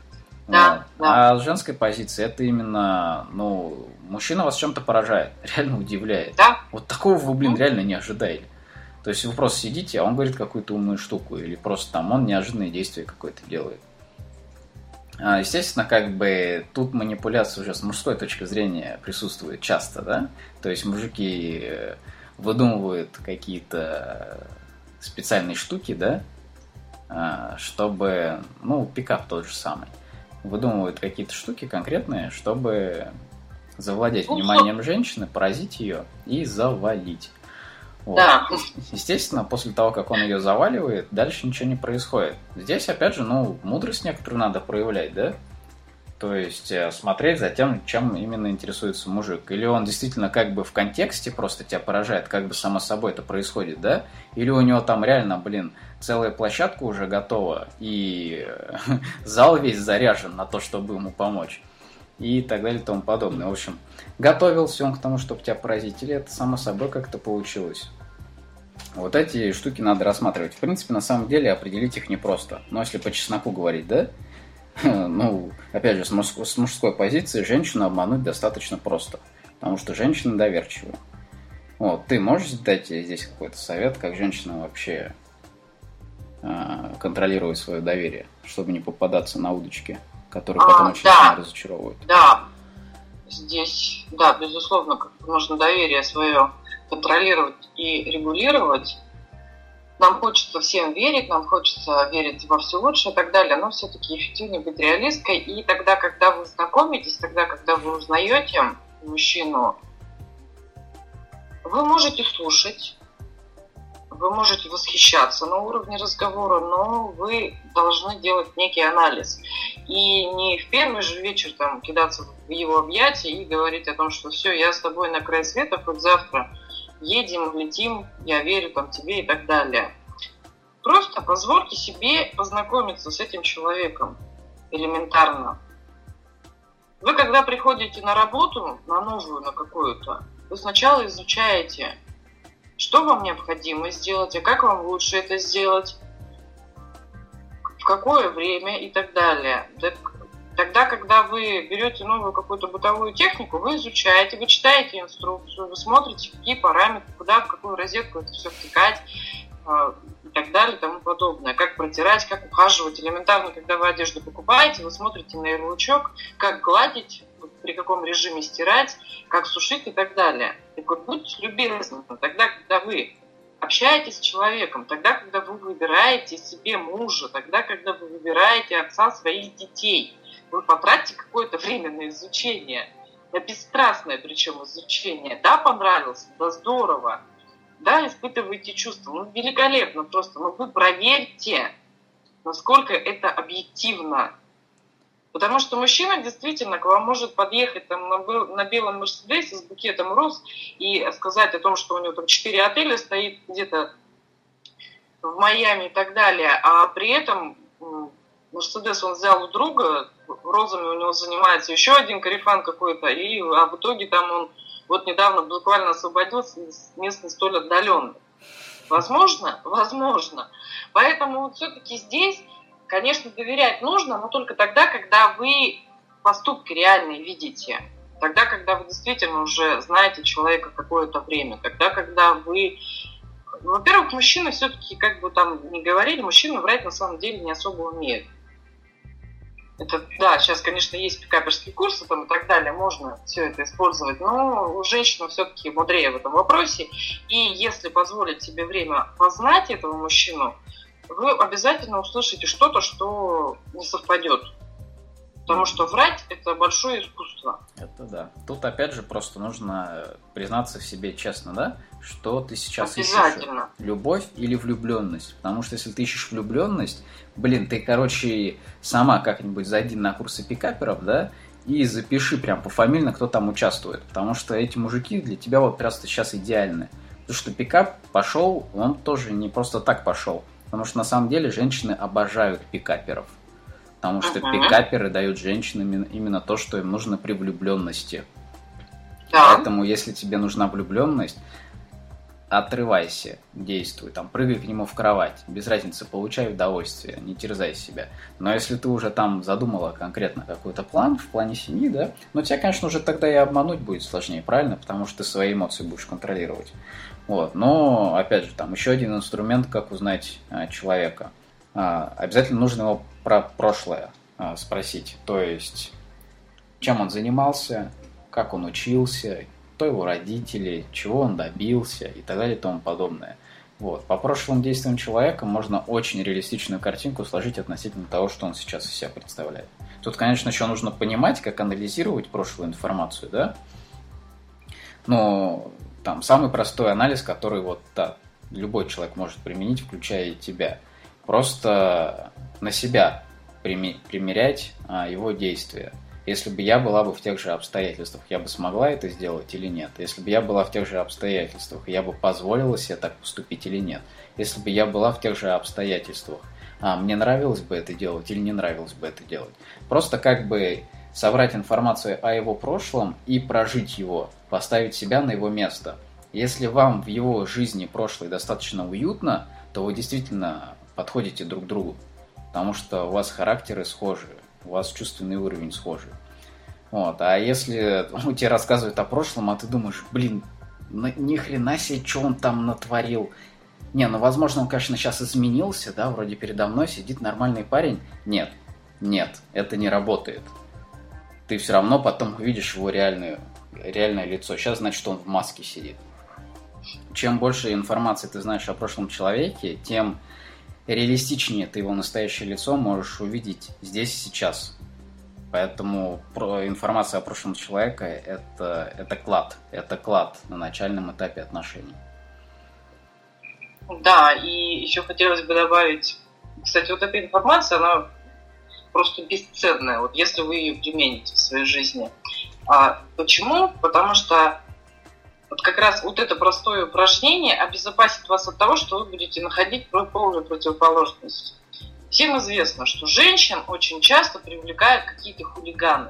Да, вот. да. А с женской позиции это именно, ну, мужчина вас чем-то поражает, реально удивляет. Да. Вот такого вы, блин, реально не ожидали. То есть вы просто сидите, а он говорит какую-то умную штуку, или просто там он неожиданное действие какое-то делает. А, естественно, как бы тут манипуляция уже с мужской точки зрения присутствует часто, да? То есть мужики выдумывают какие-то специальные штуки, да, чтобы, ну, пикап тот же самый, выдумывают какие-то штуки конкретные, чтобы завладеть вниманием женщины, поразить ее и завалить. Вот. Да. Естественно, после того, как он ее заваливает, дальше ничего не происходит. Здесь, опять же, ну, мудрость некоторую надо проявлять, да? То есть смотреть за тем, чем именно интересуется мужик. Или он действительно как бы в контексте просто тебя поражает, как бы само собой это происходит, да? Или у него там реально, блин, целая площадка уже готова, и зал весь заряжен на то, чтобы ему помочь. И так далее и тому подобное. В общем, готовился он к тому, чтобы тебя поразить, или это само собой как-то получилось. Вот эти штуки надо рассматривать. В принципе, на самом деле, определить их непросто. Но если по чесноку говорить, да? Ну, опять же, с мужской, с мужской позиции женщину обмануть достаточно просто. Потому что женщины доверчивые. Вот, ты можешь дать здесь какой-то совет, как женщина вообще э, контролировать свое доверие, чтобы не попадаться на удочки, которые потом а, очень да, сильно разочаровывают? Да, здесь, да, безусловно, нужно доверие свое контролировать и регулировать. Нам хочется всем верить, нам хочется верить во все лучшее и так далее, но все-таки эффективнее быть реалисткой. И тогда, когда вы знакомитесь, тогда, когда вы узнаете мужчину, вы можете слушать, вы можете восхищаться на уровне разговора, но вы должны делать некий анализ. И не в первый же вечер там кидаться в его объятия и говорить о том, что все, я с тобой на край света, хоть завтра едем, летим, я верю там тебе и так далее. Просто позвольте себе познакомиться с этим человеком элементарно. Вы когда приходите на работу, на новую, на какую-то, вы сначала изучаете, что вам необходимо сделать, а как вам лучше это сделать, в какое время и так далее. Тогда, когда вы берете новую какую-то бытовую технику, вы изучаете, вы читаете инструкцию, вы смотрите, какие параметры, куда, в какую розетку это все втыкать и так далее и тому подобное. Как протирать, как ухаживать. Элементарно, когда вы одежду покупаете, вы смотрите на ярлычок, как гладить, при каком режиме стирать, как сушить и так далее. Так вот, будьте любезны, тогда, когда вы общаетесь с человеком, тогда, когда вы выбираете себе мужа, тогда, когда вы выбираете отца своих детей, вы потратите какое-то время на изучение, на бесстрастное причем изучение. Да, понравился, да, здорово, да, испытываете чувства, ну, великолепно просто, но вы проверьте, насколько это объективно. Потому что мужчина действительно к вам может подъехать там, на, на белом Мерседесе с букетом роз и сказать о том, что у него там четыре отеля стоит где-то в Майами и так далее, а при этом Мерседес он взял у друга, розами у него занимается еще один корефан какой-то, и, а в итоге там он вот недавно буквально освободился из мест не столь отдаленных. Возможно? Возможно. Поэтому вот все-таки здесь, конечно, доверять нужно, но только тогда, когда вы поступки реальные видите. Тогда, когда вы действительно уже знаете человека какое-то время. Тогда, когда вы... Во-первых, мужчины все-таки, как бы там ни говорили, мужчины врать на самом деле не особо умеют. Это, да, сейчас, конечно, есть пикаперские курсы там, и так далее, можно все это использовать, но женщина все-таки мудрее в этом вопросе. И если позволить себе время познать этого мужчину, вы обязательно услышите что-то, что не совпадет. Потому что врать – это большое искусство. Это да. Тут опять же просто нужно признаться в себе честно, да? Что ты сейчас ищешь? Любовь или влюбленность? Потому что если ты ищешь влюбленность, блин, ты, короче, сама как-нибудь зайди на курсы пикаперов, да? И запиши прям пофамильно, кто там участвует. Потому что эти мужики для тебя вот просто сейчас идеальны. Потому что пикап пошел, он тоже не просто так пошел. Потому что на самом деле женщины обожают пикаперов. Потому что uh-huh. пикаперы дают женщинам именно то, что им нужно при влюбленности. Да. Поэтому, если тебе нужна влюбленность, отрывайся, действуй, там, прыгай к нему в кровать, без разницы, получай удовольствие, не терзай себя. Но если ты уже там задумала конкретно какой-то план в плане семьи, да, ну тебя, конечно, уже тогда и обмануть будет сложнее, правильно? Потому что ты свои эмоции будешь контролировать. Вот, но, опять же, там еще один инструмент, как узнать а, человека. А, обязательно нужно его про прошлое а, спросить, то есть, чем он занимался, как он учился, кто его родители, чего он добился и так далее и тому подобное. Вот. По прошлым действиям человека можно очень реалистичную картинку сложить относительно того, что он сейчас из себя представляет. Тут, конечно, еще нужно понимать, как анализировать прошлую информацию, да? Но там самый простой анализ, который вот да, любой человек может применить, включая и тебя. Просто на себя примерять а, его действия. Если бы я была бы в тех же обстоятельствах, я бы смогла это сделать или нет? Если бы я была в тех же обстоятельствах, я бы позволила себе так поступить или нет? Если бы я была в тех же обстоятельствах, а, мне нравилось бы это делать или не нравилось бы это делать? Просто как бы собрать информацию о его прошлом и прожить его, поставить себя на его место. Если вам в его жизни прошлой достаточно уютно, то вы действительно подходите друг к другу, потому что у вас характеры схожи. У вас чувственный уровень схожий. Вот. А если ну, тебе рассказывают о прошлом, а ты думаешь, блин, ни хрена себе, что он там натворил. Не, ну, возможно, он, конечно, сейчас изменился, да, вроде передо мной сидит нормальный парень. Нет, нет, это не работает. Ты все равно потом увидишь его реальную, реальное лицо. Сейчас, значит, он в маске сидит. Чем больше информации ты знаешь о прошлом человеке, тем реалистичнее ты его настоящее лицо можешь увидеть здесь и сейчас. Поэтому информация о прошлом человека это, это клад. Это клад на начальном этапе отношений. Да, и еще хотелось бы добавить, кстати, вот эта информация, она просто бесценная, вот если вы ее примените в своей жизни. А почему? Потому что вот как раз вот это простое упражнение обезопасит вас от того, что вы будете находить полную противоположность. Всем известно, что женщин очень часто привлекают какие-то хулиганы.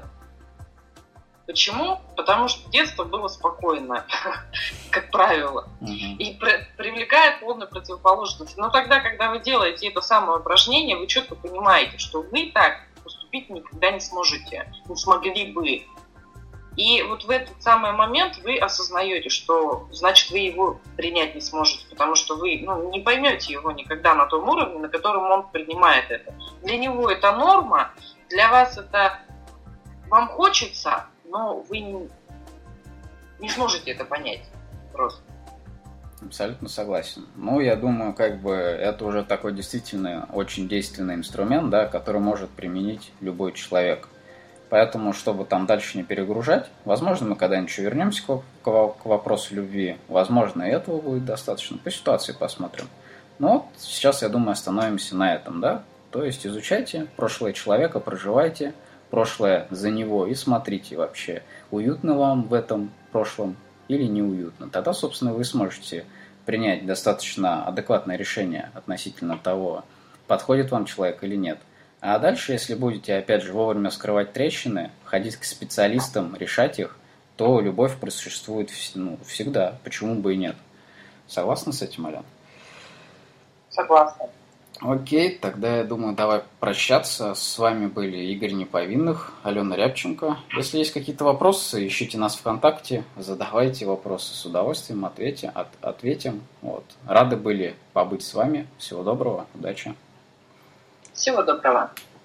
Почему? Потому что детство было спокойное, как правило. И привлекает полную противоположность. Но тогда, когда вы делаете это самое упражнение, вы четко понимаете, что вы так поступить никогда не сможете, не смогли бы. И вот в этот самый момент вы осознаете, что значит вы его принять не сможете, потому что вы ну, не поймете его никогда на том уровне, на котором он принимает это. Для него это норма, для вас это вам хочется, но вы не, не сможете это понять просто. Абсолютно согласен. Ну, я думаю, как бы это уже такой действительно очень действенный инструмент, да, который может применить любой человек. Поэтому, чтобы там дальше не перегружать, возможно, мы когда-нибудь еще вернемся к, к, к вопросу любви. Возможно, и этого будет достаточно. По ситуации посмотрим. Но вот сейчас, я думаю, остановимся на этом, да? То есть изучайте прошлое человека, проживайте прошлое за него и смотрите вообще, уютно вам в этом прошлом или неуютно. Тогда, собственно, вы сможете принять достаточно адекватное решение относительно того, подходит вам человек или нет. А дальше, если будете, опять же, вовремя скрывать трещины, ходить к специалистам, решать их, то любовь присутствует ну, всегда. Почему бы и нет? Согласна с этим, Алена? Согласна. Окей, тогда я думаю, давай прощаться. С вами были Игорь Неповинных, Алена Рябченко. Если есть какие-то вопросы, ищите нас ВКонтакте, задавайте вопросы, с удовольствием ответим. От, ответим. Вот. Рады были побыть с вами. Всего доброго, удачи. Всего доброго.